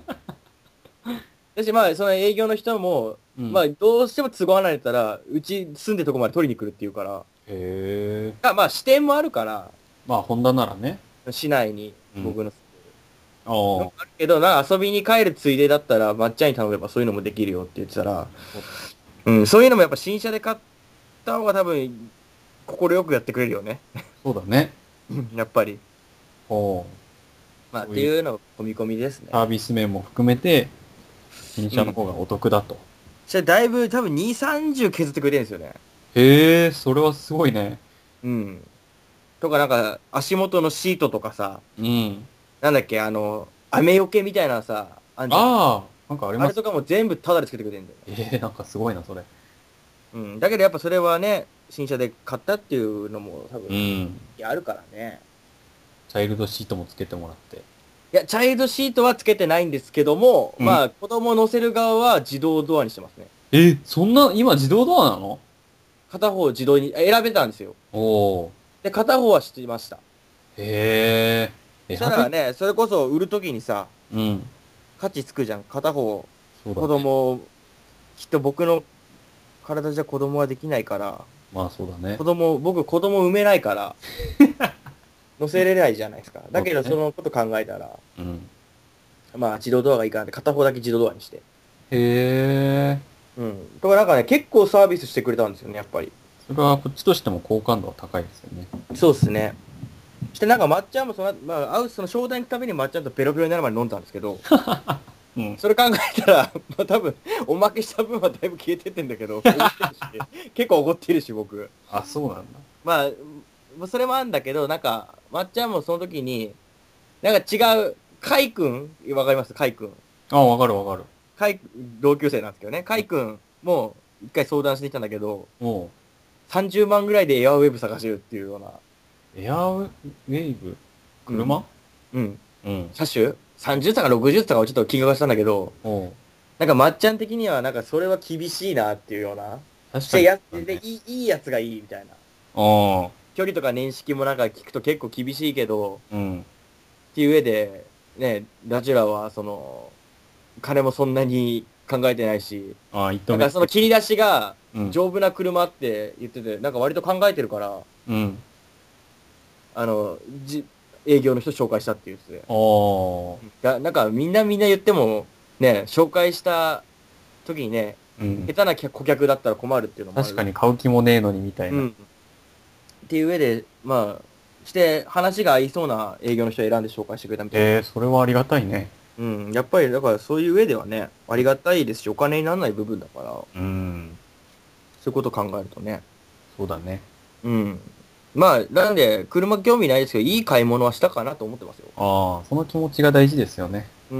だしまあ、その営業の人も、 うんまあ、どうしても都合離れたら、うち住んでるとこまで取りに来るって言うから。 へえ。 まあ、支店もあるから、 まあ、ホンダならね。 市内に、 うん僕の住んでる。 ああ。 あるけど、遊びに帰るついでだったら、まっちゃんに頼めばそういうのもできるよって言ってたら、うん、そういうのもやっぱ新車で買った方が多分、心よくやってくれるよね。 そうだね。 やっぱり。 おまあ、っそういうていうの込み込みですね。 サービス面も含めて、新車の方がお得だと。 それだいぶ多分2、30削ってくれてるんですよね。 へえ、それはすごいね。 うん。とかなんか、足元のシートとかさ、 うん。 なんだっけ、雨よけみたいなさ、あんじゃん。 ああ、なんかあります。 あれとかも全部タダでつけてくれてるんだよ。 なんかすごいな、それ。 うん。だけどやっぱそれはね、新車で買ったっていうのも多う分、 ん。 あるからね。 チャイルドシートもつけてもらって。 いや、チャイルドシートはつけてないんですけども、 うんまあ、子供乗せる側は自動ドアにしてますね。 そんな、今自動ドアなの？ 片方自動に選べたんですよ。 おおで、片方はしてました。 ー。へえ。 そしたらね、それこそ売るときにさ、 うん。 価値つくじゃん。片方、子そうだね。 供、きっと僕の体じゃ子供はできないから、 まあそうだね。 僕子供産めないから、乗せれないじゃないですか。だけどそうだねそのこと考えたら、 うん。 まあ自動ドアがいいかなって片方だけ自動ドアにして。 へえ。 うん。とかなんかね、結構サービスしてくれたんですよね、やっぱり。 それはこっちとしても好感度は高いですよね。 そうっすね。してなんかまっちゃんもまあ、その商談行くたびにまっちゃんとベロベロになるまで飲んだんですけど、 うん。 それ考えたら、まあ多分、おまけした分はだいぶ消えてってんだけど、おごってるし結構おごってるし、僕。 あ、そうなんだ。 まあ、それもあるんだけど、なんか、まっちゃんもその時に、なんか違う、カイ君わかりますカイ君。 あ、わかるわかる。 同級生なんですけどね。カイ君も一回相談してきたんだけど、 おう。 30万ぐらいでエアウェーブ探してるっていうような、 エアウェーブ車？ うん。 うん。 車種 ?30 とか60とかをちょっと金額したんだけど、 おう。 なんかまっちゃん的にはなんかそれは厳しいなっていうような。 確かに。 でいいやつがいいみたいな。 ああ。 距離とか年式もなんか聞くと結構厳しいけど、 うん。 っていう上で、ね、ラジュラはその、金もそんなに考えてないし、 ああ、一等目。 なんかその切り出しがうん。 丈夫な車って言ってて、なんか割と考えてるから、 うん。 あの、営業の人紹介したって言ってて。 ああ。 なんかみんな言っても、ね、紹介した時にね、 うん。 下手な顧客だったら困るっていうのもある。 確かに買う気もねえのにみたいな。 うん。っていう上で、まあ、して話が合いそうな営業の人を選んで紹介してくれたみたいな。 それはありがたいね。 うん。やっぱり、だからそういう上ではね、ありがたいですし、お金にならない部分だから、そううん。 いうことを考えるとね。 そうだね。 うん。 まあ、なんで、車興味ないですけど、いい買い物はしたかなと思ってますよ。 ああ、その気持ちが大事ですよね。 うん。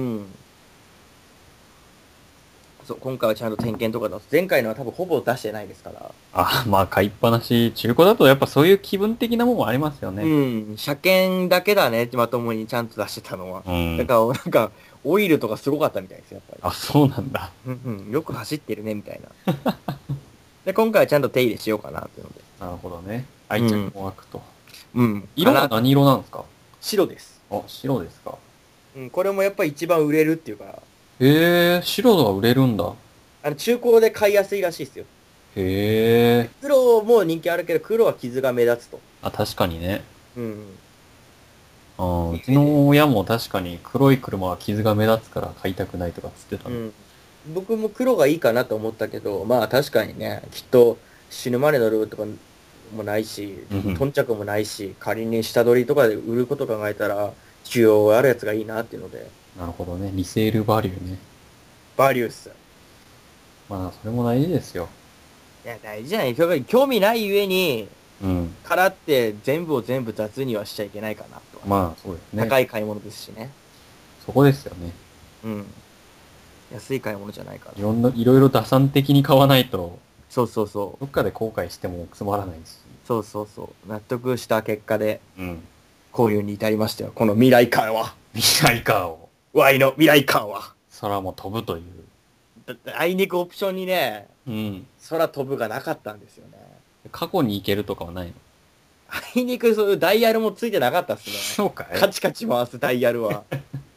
そう、今回はちゃんと点検とか出す。前回のは多分ほぼ出してないですから。 ああ、まあ買いっぱなし、中古だとやっぱそういう気分的なもんもありますよね。 うん。車検だけだね、まともにちゃんと出してたのは。 うん。 だから、なんか、オイルとかすごかったみたいですよ、やっぱあ、そうなんだ。 り。うんうん。よく走ってるね、みたいな。で、今回はちゃんと手入れしようかな、っていうので。 なるほどね。愛着も湧くと。 うん。 色は何色なんですか？ 白です。 あ、白ですか。 うん。これもやっぱり一番売れるっていうから、 へえ、白が売れるんだ。 中古で買いやすいらしいですよ。 へえ。 黒も人気あるけど、黒は傷が目立つと。 あ、確かにね。 うん。 あー、うちの親も確かに黒い車は傷が目立つから買いたくないとかつってたの。 うん。僕も黒がいいかなと思ったけど、まあ確かにね、きっと死ぬまで乗るとかもないし、 うん頓着もないし、仮に下取りとかで売ること考えたら、需要あるやつがいいなっていうので、 なるほどね。リセールバリューね。 バリュース。 まあ、それも大事ですよ。 いや、大事じゃない。興味ないゆえに、 うん。 からって全部を全部雑にはしちゃいけないかなとは。 まあ、そうですね。 高い買い物ですしね。 そこですよね。 うん。安い買い物じゃないから。 いろいろ打算的に買わないと、 そうそうそう。 どっかで後悔してもつまらないし。 そうそうそう。納得した結果で、 うん。 購入に至りましたよ。この未来感は。 未来カーを、 Y の未来感は。 空も飛ぶという。 だってあいにくオプションにね、 うん。 空飛ぶがなかったんですよね。 過去に行けるとかはないの？ あいにくそういうダイヤルもついてなかったっすね。 そうかい？ カチカチ回すダイヤルは。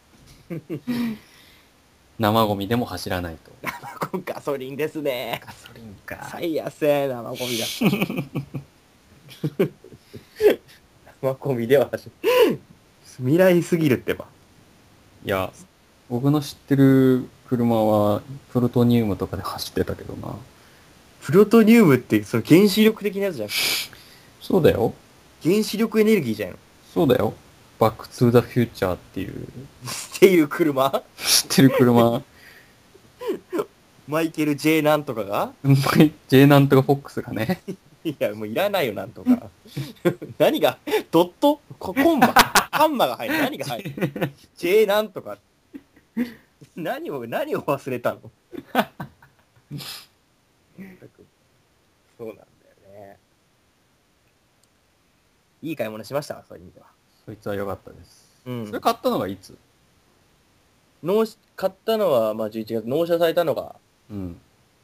生ゴミでも走らないと。 ガソリンですね。 ガソリンか。 最安い生ゴミだった。生ゴミでは走る。未来すぎるってば。 いや、僕の知ってる車はプルトニウムとかで走ってたけどな。 プロトニウムってその原子力的なやつじゃん。 そうだよ。 原子力エネルギーじゃん。っそうだよ。バックトゥーザフューチャーっていうていう車知ってる車。 マイケル・ J なんとかが J なんとかフォックスがね。 いや、もういらないよ、なんとか。何が、ドットコンマカンマが入る。何が入る ?J なんとか。何を忘れたのそうなんだよね。いい買い物しましたそういう意味では。 そいつは良かったです。 うんそれ買ったのがいつ？ 買ったのは、まあ11月、納車されたのが、 うん。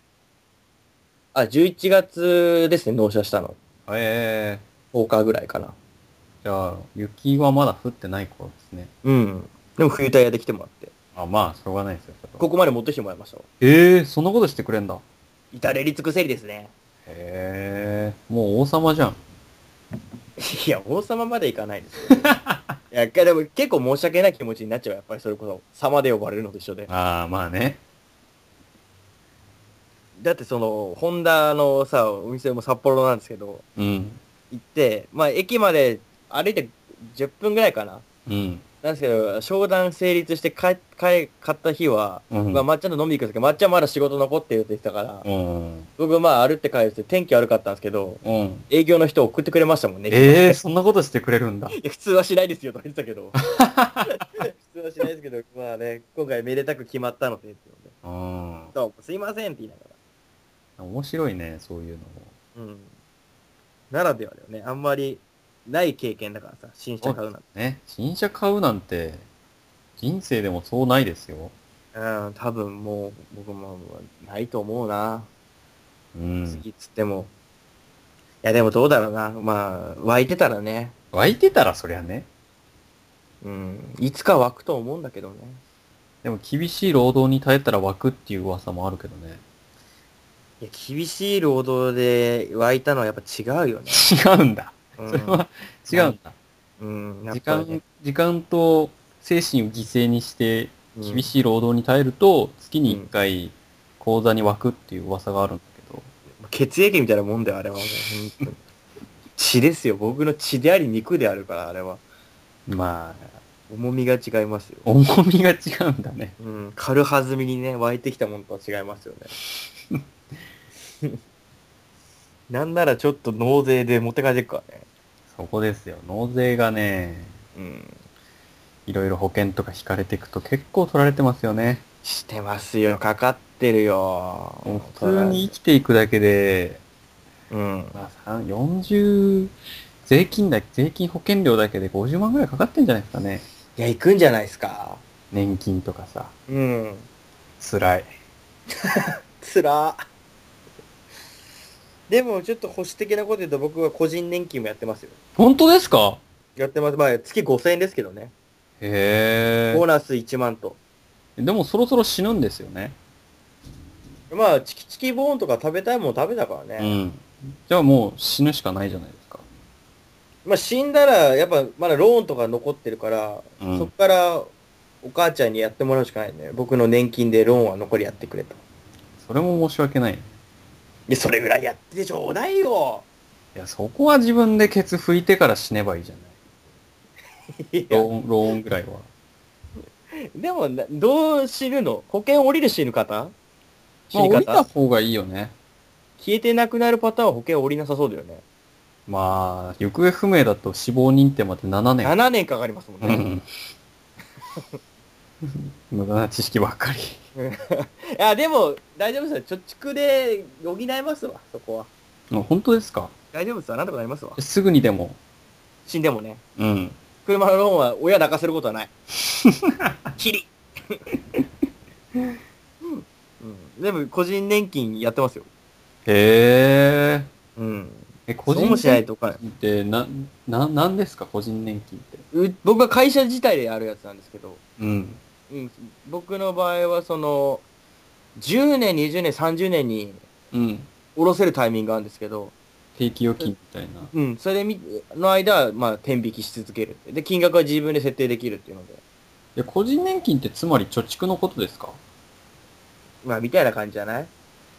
11月ですね、納車したの。 ええ 10日ぐらいかな。 じゃあ、雪はまだ降ってない頃ですね。 うん。でも冬タイヤで来てもらって。 あ、まあ、しょうがないですよ。 ここまで持ってきてもらいましたわ。 そんなことしてくれんだ。 至れり尽くせりですね。 へえ、もう王様じゃん。 いや、王様までいかないですよ。いや、でも結構申し訳ない気持ちになっちゃう。やっぱりそれこそ、様で呼ばれるのと一緒で。 ああ、まあね。 だってその、ホンダのさ、お店も札幌なんですけど、 うん。 行って、まあ駅まで歩いて10分ぐらいかな。 うん。 なんですけど、商談成立して買った日は、 うんまあ、まっちゃんと飲み行くんですけど、まっちゃんまだ仕事残ってるって言ってたから、 うん。 僕まあ歩って帰って天気悪かったんですけど、 うん。 営業の人送ってくれましたもんね。 そんなことしてくれるんだ。 いや、普通はしないですよとか言ってたけど。普通はしないですけど、まあね、今回めでたく決まったので、っていうので。 うん。 そう、すいませんって言いなが面白いね、そういうのも。 ら。うん。ならではだよね。あんまりない経験だからさ、新車買うなんて。 ね。新車買うなんて、人生でもそうないですよ。 うん、多分もう、僕もないと思うな。 うん。 次っつっても。いや、でもどうだろうな。まあ、湧いてたらね。 湧いてたらそりゃね。 うん。いつか湧くと思うんだけどね。 でも厳しい労働に耐えたら湧くっていう噂もあるけどね。 いや、厳しい労働で湧いたのはやっぱ違うよね。 違うんだ。 うんそれは違うんだ。 うん、やっぱりね。 時間と精神を犠牲にしてうん厳しい労働に耐えると月に1回口座に湧くっていう噂があるんだけど。 血液みたいなもんだよ、あれはもう。本当に血ですよ。僕の血であり肉であるから、あれは。 まあ、 重みが違いますよ。 重みが違うんだね。 うん。軽はずみにね、湧いてきたものとは違いますよね。なんならちょっと納税で持って帰ってくからね。 そこですよ。納税がね、 うん。 いろいろ保険とか引かれていくと結構取られてますよね。 してますよ。かかってるよ。 もう普通に生きていくだけで、 うん。 まあ、40、税金保険料だけで50万ぐらいかかってんじゃないですかね。 いや、行くんじゃないですか。 年金とかさ。 うん。 辛い。 つらー。でも、ちょっと保守的なこと言うと、僕は個人年金もやってますよ。 本当ですか？ やってます。まあ、月5000円ですけどね。 へえ。 ボーナス1万と。 でもそろそろ死ぬんですよね。 まあ、チキチキボーンとか食べたいもの食べたからね。 うん。じゃあもう死ぬしかないじゃないですか。 まあ、死んだら、やっぱ、まだローンとか残ってるから、 うんそっから、お母ちゃんにやってもらうしかないね。僕の年金でローンは残りやってくれと。 それも申し訳ない。いいや、それぐらいやってちょうだいよ。 や、そこは自分でケツ拭いてから死ねばいいじゃない。 いやローンぐらいは。 でもどう死ぬの？保険降りる死ぬ方？死まあ、 に降りた方？ 方がいいよね。 消えてなくなるパターンは保険降りなさそうだよね。 まあ、行方不明だと死亡認定まで7年。 7年かかりますもんね。 うん。無駄な知識ばっかり。 いや、でも、大丈夫ですよ。貯蓄で補えますわ、そこは。 あ、本当ですか？ 大丈夫ですわ。なんとかなりますわ。 すぐにでも。 死んでもね。 うん。 車のローンは親泣かせることはない。キリうんでも、個人年金やってますよ。 へえ。 うん。 個人そうもしない年とか。 金ってなんですか個人年金って。 僕は会社自体でやるやつなんですけど、 うん。 僕の場合は10年、20年、30年にうん。 下ろせるタイミングがあるんですけど、 定期預金みたいな。 それの間は、まあ、天引きし続けるって。で、金額は自分で設定できるっていうので、 個人年金ってつまり貯蓄のことですか？ まあ、みたいな感じじゃない？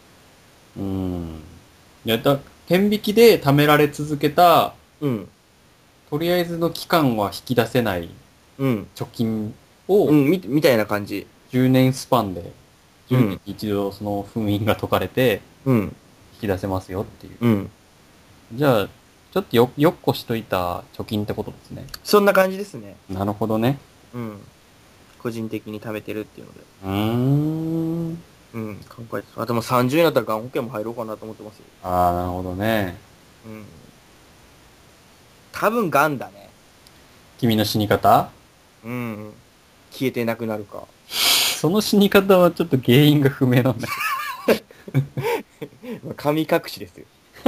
天引きで貯められ続けた、 うん。 とりあえずの期間は引き出せないうん。 貯金をみたいな感じ。 10年スパンで、10 うん年に一度その封印が解かれてうん。 引き出せますよっていう。 うん。 じゃあ、ちょっとよっこしといた貯金ってことですね。 そんな感じですね。 なるほどね。 うん。個人的に貯めてるっていうので。考えてた。あ、でも30になったらがん保険も入ろうかなと思ってますよ。 ああ、なるほどね。 うん。多分がんだね。 君の死に方？ うん。消えてなくなるか。 その死に方はちょっと原因が不明なんだまあ神隠しですよ。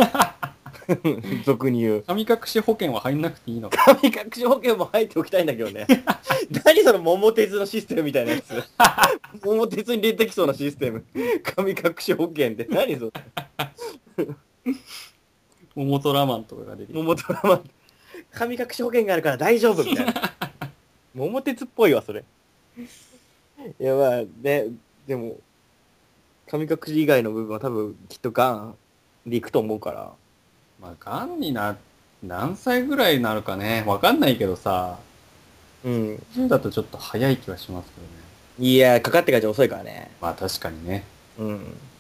俗に言う。 神隠し保険は入んなくていいのか。 神隠し保険も入っておきたいんだけどね。何その桃鉄のシステムみたいなやつ。桃鉄に出てきそうなシステム。神隠し保険って何それ。 桃トラマンとかが出てきて。 桃トラマン。神隠し保険があるから大丈夫みたいな。桃鉄っぽいわ、それ。いや、まあね、でも、神隠し以外の部分は多分きっとガンでいくと思うから。 まあ、癌に何歳ぐらいになるかね。わかんないけどさ。 うん。 10だとちょっと早い気はしますけどね。 いや、かかってからじゃ遅いからね。 まあ確かにね。 うん。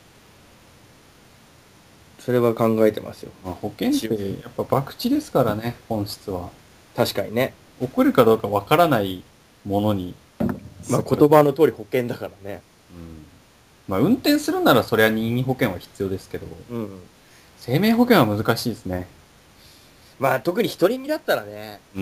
それは考えてますよ。 まあ、保険ってやっぱ博打ですからね、本質は。 確かにね。 起こるかどうかわからないものに。 まあ言葉の通り保険だからね。 うん。まあ運転するならそりゃ任意保険は必要ですけど、 うん。 生命保険は難しいですね。 まあ特に独り身だったらね。 うん。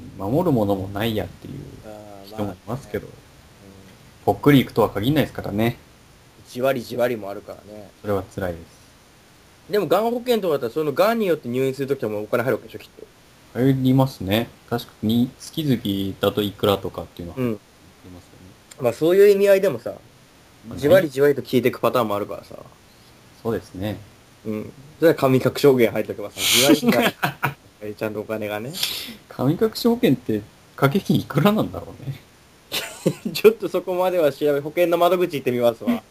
守るものもないやっていう人もいますけど、 うん、 ぽっくりいくとは限らないですからね。 じわりじわりもあるからね。 それは辛いです。 でも、がん保険とかだったら、そのがんによって入院するときはもうお金入るわけでしょ、きっと。 入りますね。確かに月々だといくらとかっていうのはうん。 ありますよね。 まあ、そういう意味合いでもさ、 まあじわりじわりと消えていくパターンもあるからさ。 そうですね。 うん。それは神隠し保険入っとけばさ、じわりじわり。ちゃんとお金がね。 神隠し保険って掛け金いくらなんだろうね。 ちょっとそこまでは調べ、保険の窓口行ってみますわ。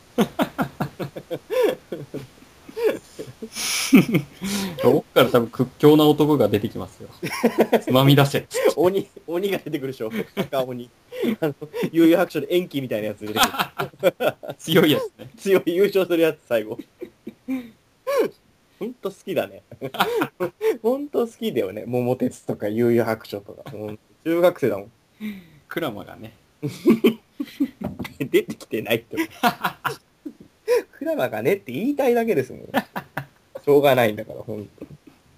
どっから多分屈強な男が出てきますよ。つまみ出せ。 鬼が出てくるでしょ。赤鬼。悠々白書で延期みたいなやつ出てくる。 強いやつね。 強い優勝するやつ、最後。 ほんと好きだね。ほんと好きだよね。桃鉄とか悠々白書とか。ほんと中学生だもん。 クラマがね。 出てきてないって。クラマがねって言いたいだけですもん。しょうがないんだから、ほんと。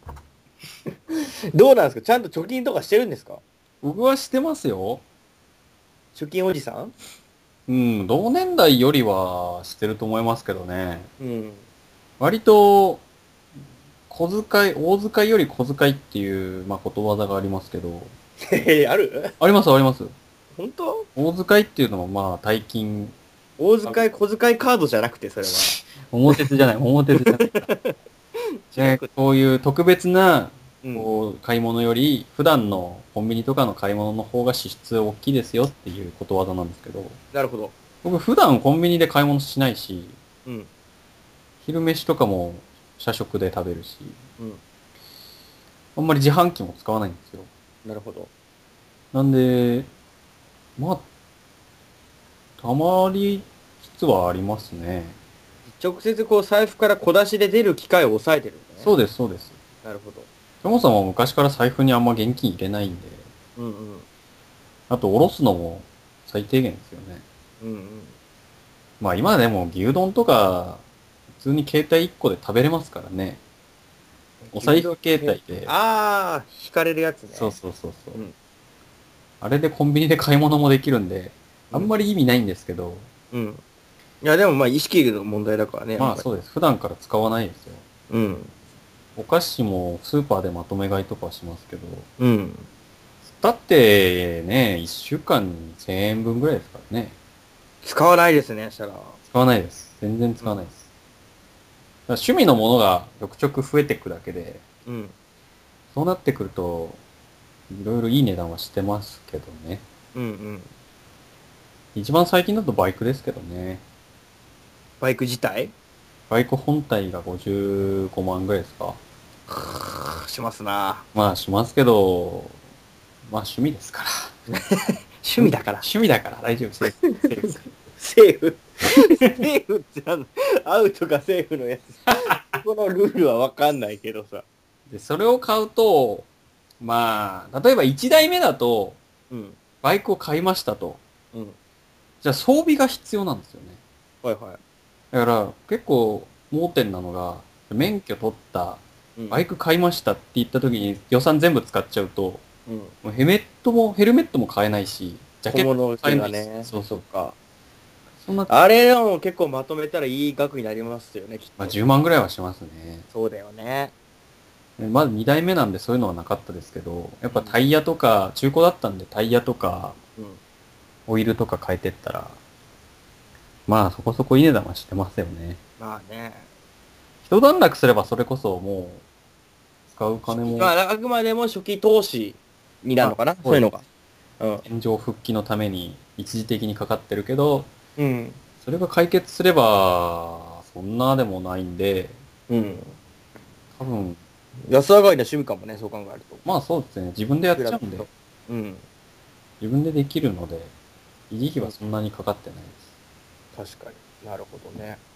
どうなんですか？ちゃんと貯金とかしてるんですか？ 僕はしてますよ。 貯金おじさん？ うん、同年代よりはしてると思いますけどね。 うん。 割と、小遣い、大遣いより小遣いっていう、まあ、ことわざがありますけど。 ある？ あります、あります。 本当？ 大遣いっていうのも、まあ、大金。 大遣い、小遣いカードじゃなくて、それは。 桃鉄じゃない、桃鉄じゃない。じゃあ、こういう特別な、 うん。 こう、買い物より、普段のコンビニとかの買い物の方が支出大きいですよっていうことわざなんですけど、 なるほど。 僕普段コンビニで買い物しないし、 うん。 昼飯とかも社食で食べるし、 うん。 あんまり自販機も使わないんですよ。 なるほど。 なんで、まあ、たまりつつはありますね。 直接こう財布から小出しで出る機会を抑えてるんだね。 そうです、そうです。 なるほど。 そもそも昔から財布にあんま現金入れないんで、 うんうん。 あと、おろすのも最低限ですよね。 うんうん。 まあ今でも牛丼とか、普通に携帯1個で食べれますからね。お財布携帯で。 ああ、引かれるやつね。 そうそうそうそう。 うん。 あれでコンビニで買い物もできるんで、あんまり意味ないんですけど、 うん。いや、でもまあ意識の問題だからね。う。 まあそうです。普段から使わないですよ。 うん。 お菓子もスーパーでまとめ買いとかはしますけど、 うん。 だってね、1週間に1000円分ぐらいですからね。 使わないですね、したら。 使わないです。全然使わないです。だから趣味のものがちょくちょく増えていくだけで、 うん。 そうなってくると、いろいろいい値段はしてますけどね。 うんうん。 一番最近だとバイクですけどね。 バイク自体バイク本体が55万ぐらいですか。 しますな。 まあしますけど、まあ趣味ですから。 趣味だから。 趣味だから大丈夫、セーフ。セーフ。 セーフ。セーフってアウトかセーフのやつ。このルールはわかんないけどさ。 で、それを買うと、まあ、例えば1台目だと、 うん。 バイクを買いましたと。 うん。 じゃあ装備が必要なんですよね。 はいはだから結構盲点なのが、免許取った、 い。うん。 バイク買いましたって言った時に予算全部使っちゃうと、 うん。 もうヘルメットも買えないし、ジャケットも小物買えないし、 がね。 そうそう。 か。 そんな、 あれでも結構まとめたらいい額になりますよね、きっと。 まあ10万ぐらいはしますね。 そうだよね。 まだ2代目なんでそういうのはなかったですけど、やっぱタイヤとか、中古だったんでタイヤとか、 うん。 オイルとか変えてったら、まあそこそこいい値段はしてますよね。 まあね。 一段落すればそれこそもう、使う金も、 まあ、あくまでも初期投資になるのかな、 あそういうのが。うん。 現状復帰のために一時的にかかってるけど、 うん。 それが解決すれば、そんなでもないんで、 うん。 多分、 安上がりな趣味かもね、そう考えると。 まあそうですね、自分でやっちゃうんで、 うん。 自分でできるので、維持費はそんなにかかってないです。 確かになるほどね。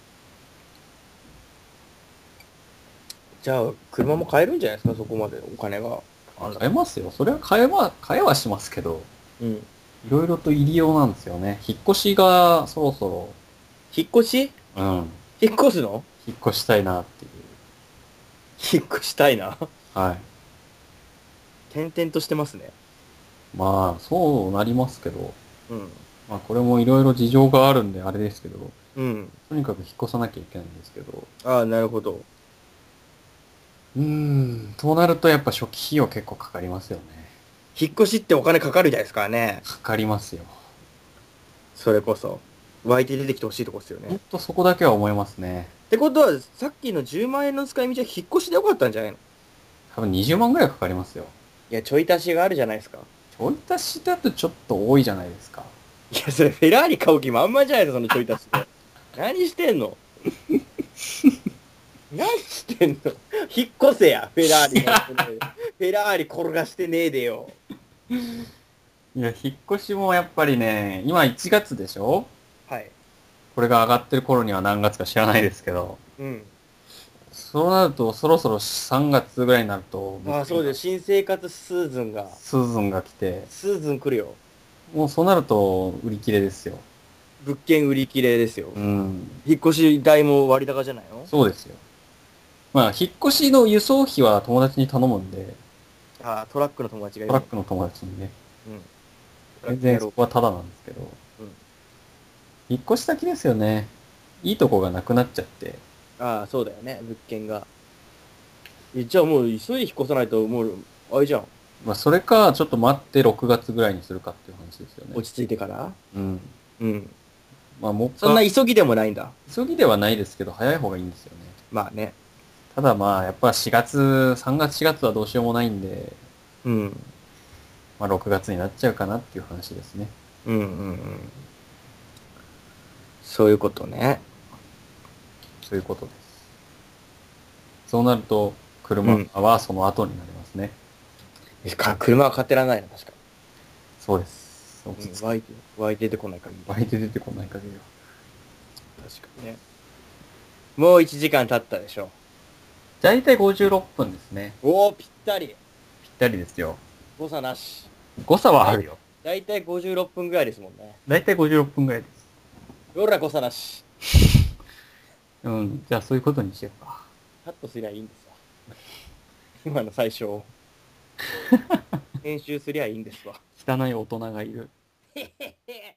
じゃあ、車も買えるんじゃないですか、そこまでお金が。 買えますよ。それは買えはしますけど、 うん。 いろいろと入り用なんですよね。引っ越しがそろそ引っ越しろ、うん、 引っ越すの引っ越したいなっていう。 引っ越したいな。 はい。 転々としてますね。 まあ、そうなりますけど、 うん。 まあこれもいろいろ事情があるんであれですけど、 うん。 とにかく引っ越さなきゃいけないんですけど、 ああ、なるほど。 となるとやっぱ初期費用結構かかりますよね。 引っ越しってお金かかるじゃないですかね。 かかりますよ。 それこそ。湧いて出てきてほしいとこですよね。っほんとそこだけは思いますね。 てことは、さっきの10万円の使い道は引っ越しでよかったんじゃないの？ 多分20万ぐらいかかりますよ。 いや、ちょい足しがあるじゃないですか。 ちょい足しだとちょっと多いじゃないですか。 いや、それフェラーリ買う気満々じゃないですか、そのちょい足しで。何してんの？何してんの？引っ越せや、フェラーリ乗ってねえ。フェラーリ転がしてねえでよ。 いや、引っ越しもやっぱりね、今1月でしょ？ はい。 これが上がってる頃には何月か知らないですけど、 うん。 そうなると、そろそろ3月ぐらいになると、 ああ、そうです。新生活シーズンが、 シーズンが来て、 シーズン来るよ。 もうそうなると、売り切れですよ。 物件売り切れですよ。 うん。 引っ越し代も割高じゃないの？ そうですよ。まあ、引っ越しの輸送費は友達に頼むんで、 ああ、トラックの友達がいる。 トラックの友達にね、 うん。 全然そこはタダなんですけど、 うん。 引っ越し先ですよね。いいとこがなくなっちゃって、 ああ、そうだよね、物件が。じゃあもう急いで引っ越さないと、もう、あれじゃん。 まあ、それか、ちょっと待って6月ぐらいにするかっていう話ですよね。 落ち着いてから。 うん。 うん。 まあ、もうそんな急ぎでもないんだ。 急ぎではないですけど、早い方がいいんですよね。 まあね。 ただまあ、やっぱ3月4月はどうしようもないんで、 うん。 まあ6月になっちゃうかなっていう話ですね。 うんうんうん。そういうことね。 そういうことです。そうなると、車はその後になりますね。 車は買ってらんないな、確かそうです。 に。湧いて出てこない限り。 湧いて出てこない限りは。 確かにね。もう1時間経ったでしょ。 だいたい56分ですね。 おお、ぴったり。 ぴったりですよ。 誤差なし。 誤差はあるよ。 だいたい56分ぐらいですもんね。 だいたい56分ぐらいです。 ほら、誤差なし。 うん。じゃあそういうことにしようか。 カットすりゃいいんですわ。今の最初を。編集すりゃいいんですわ。 汚い大人がいる。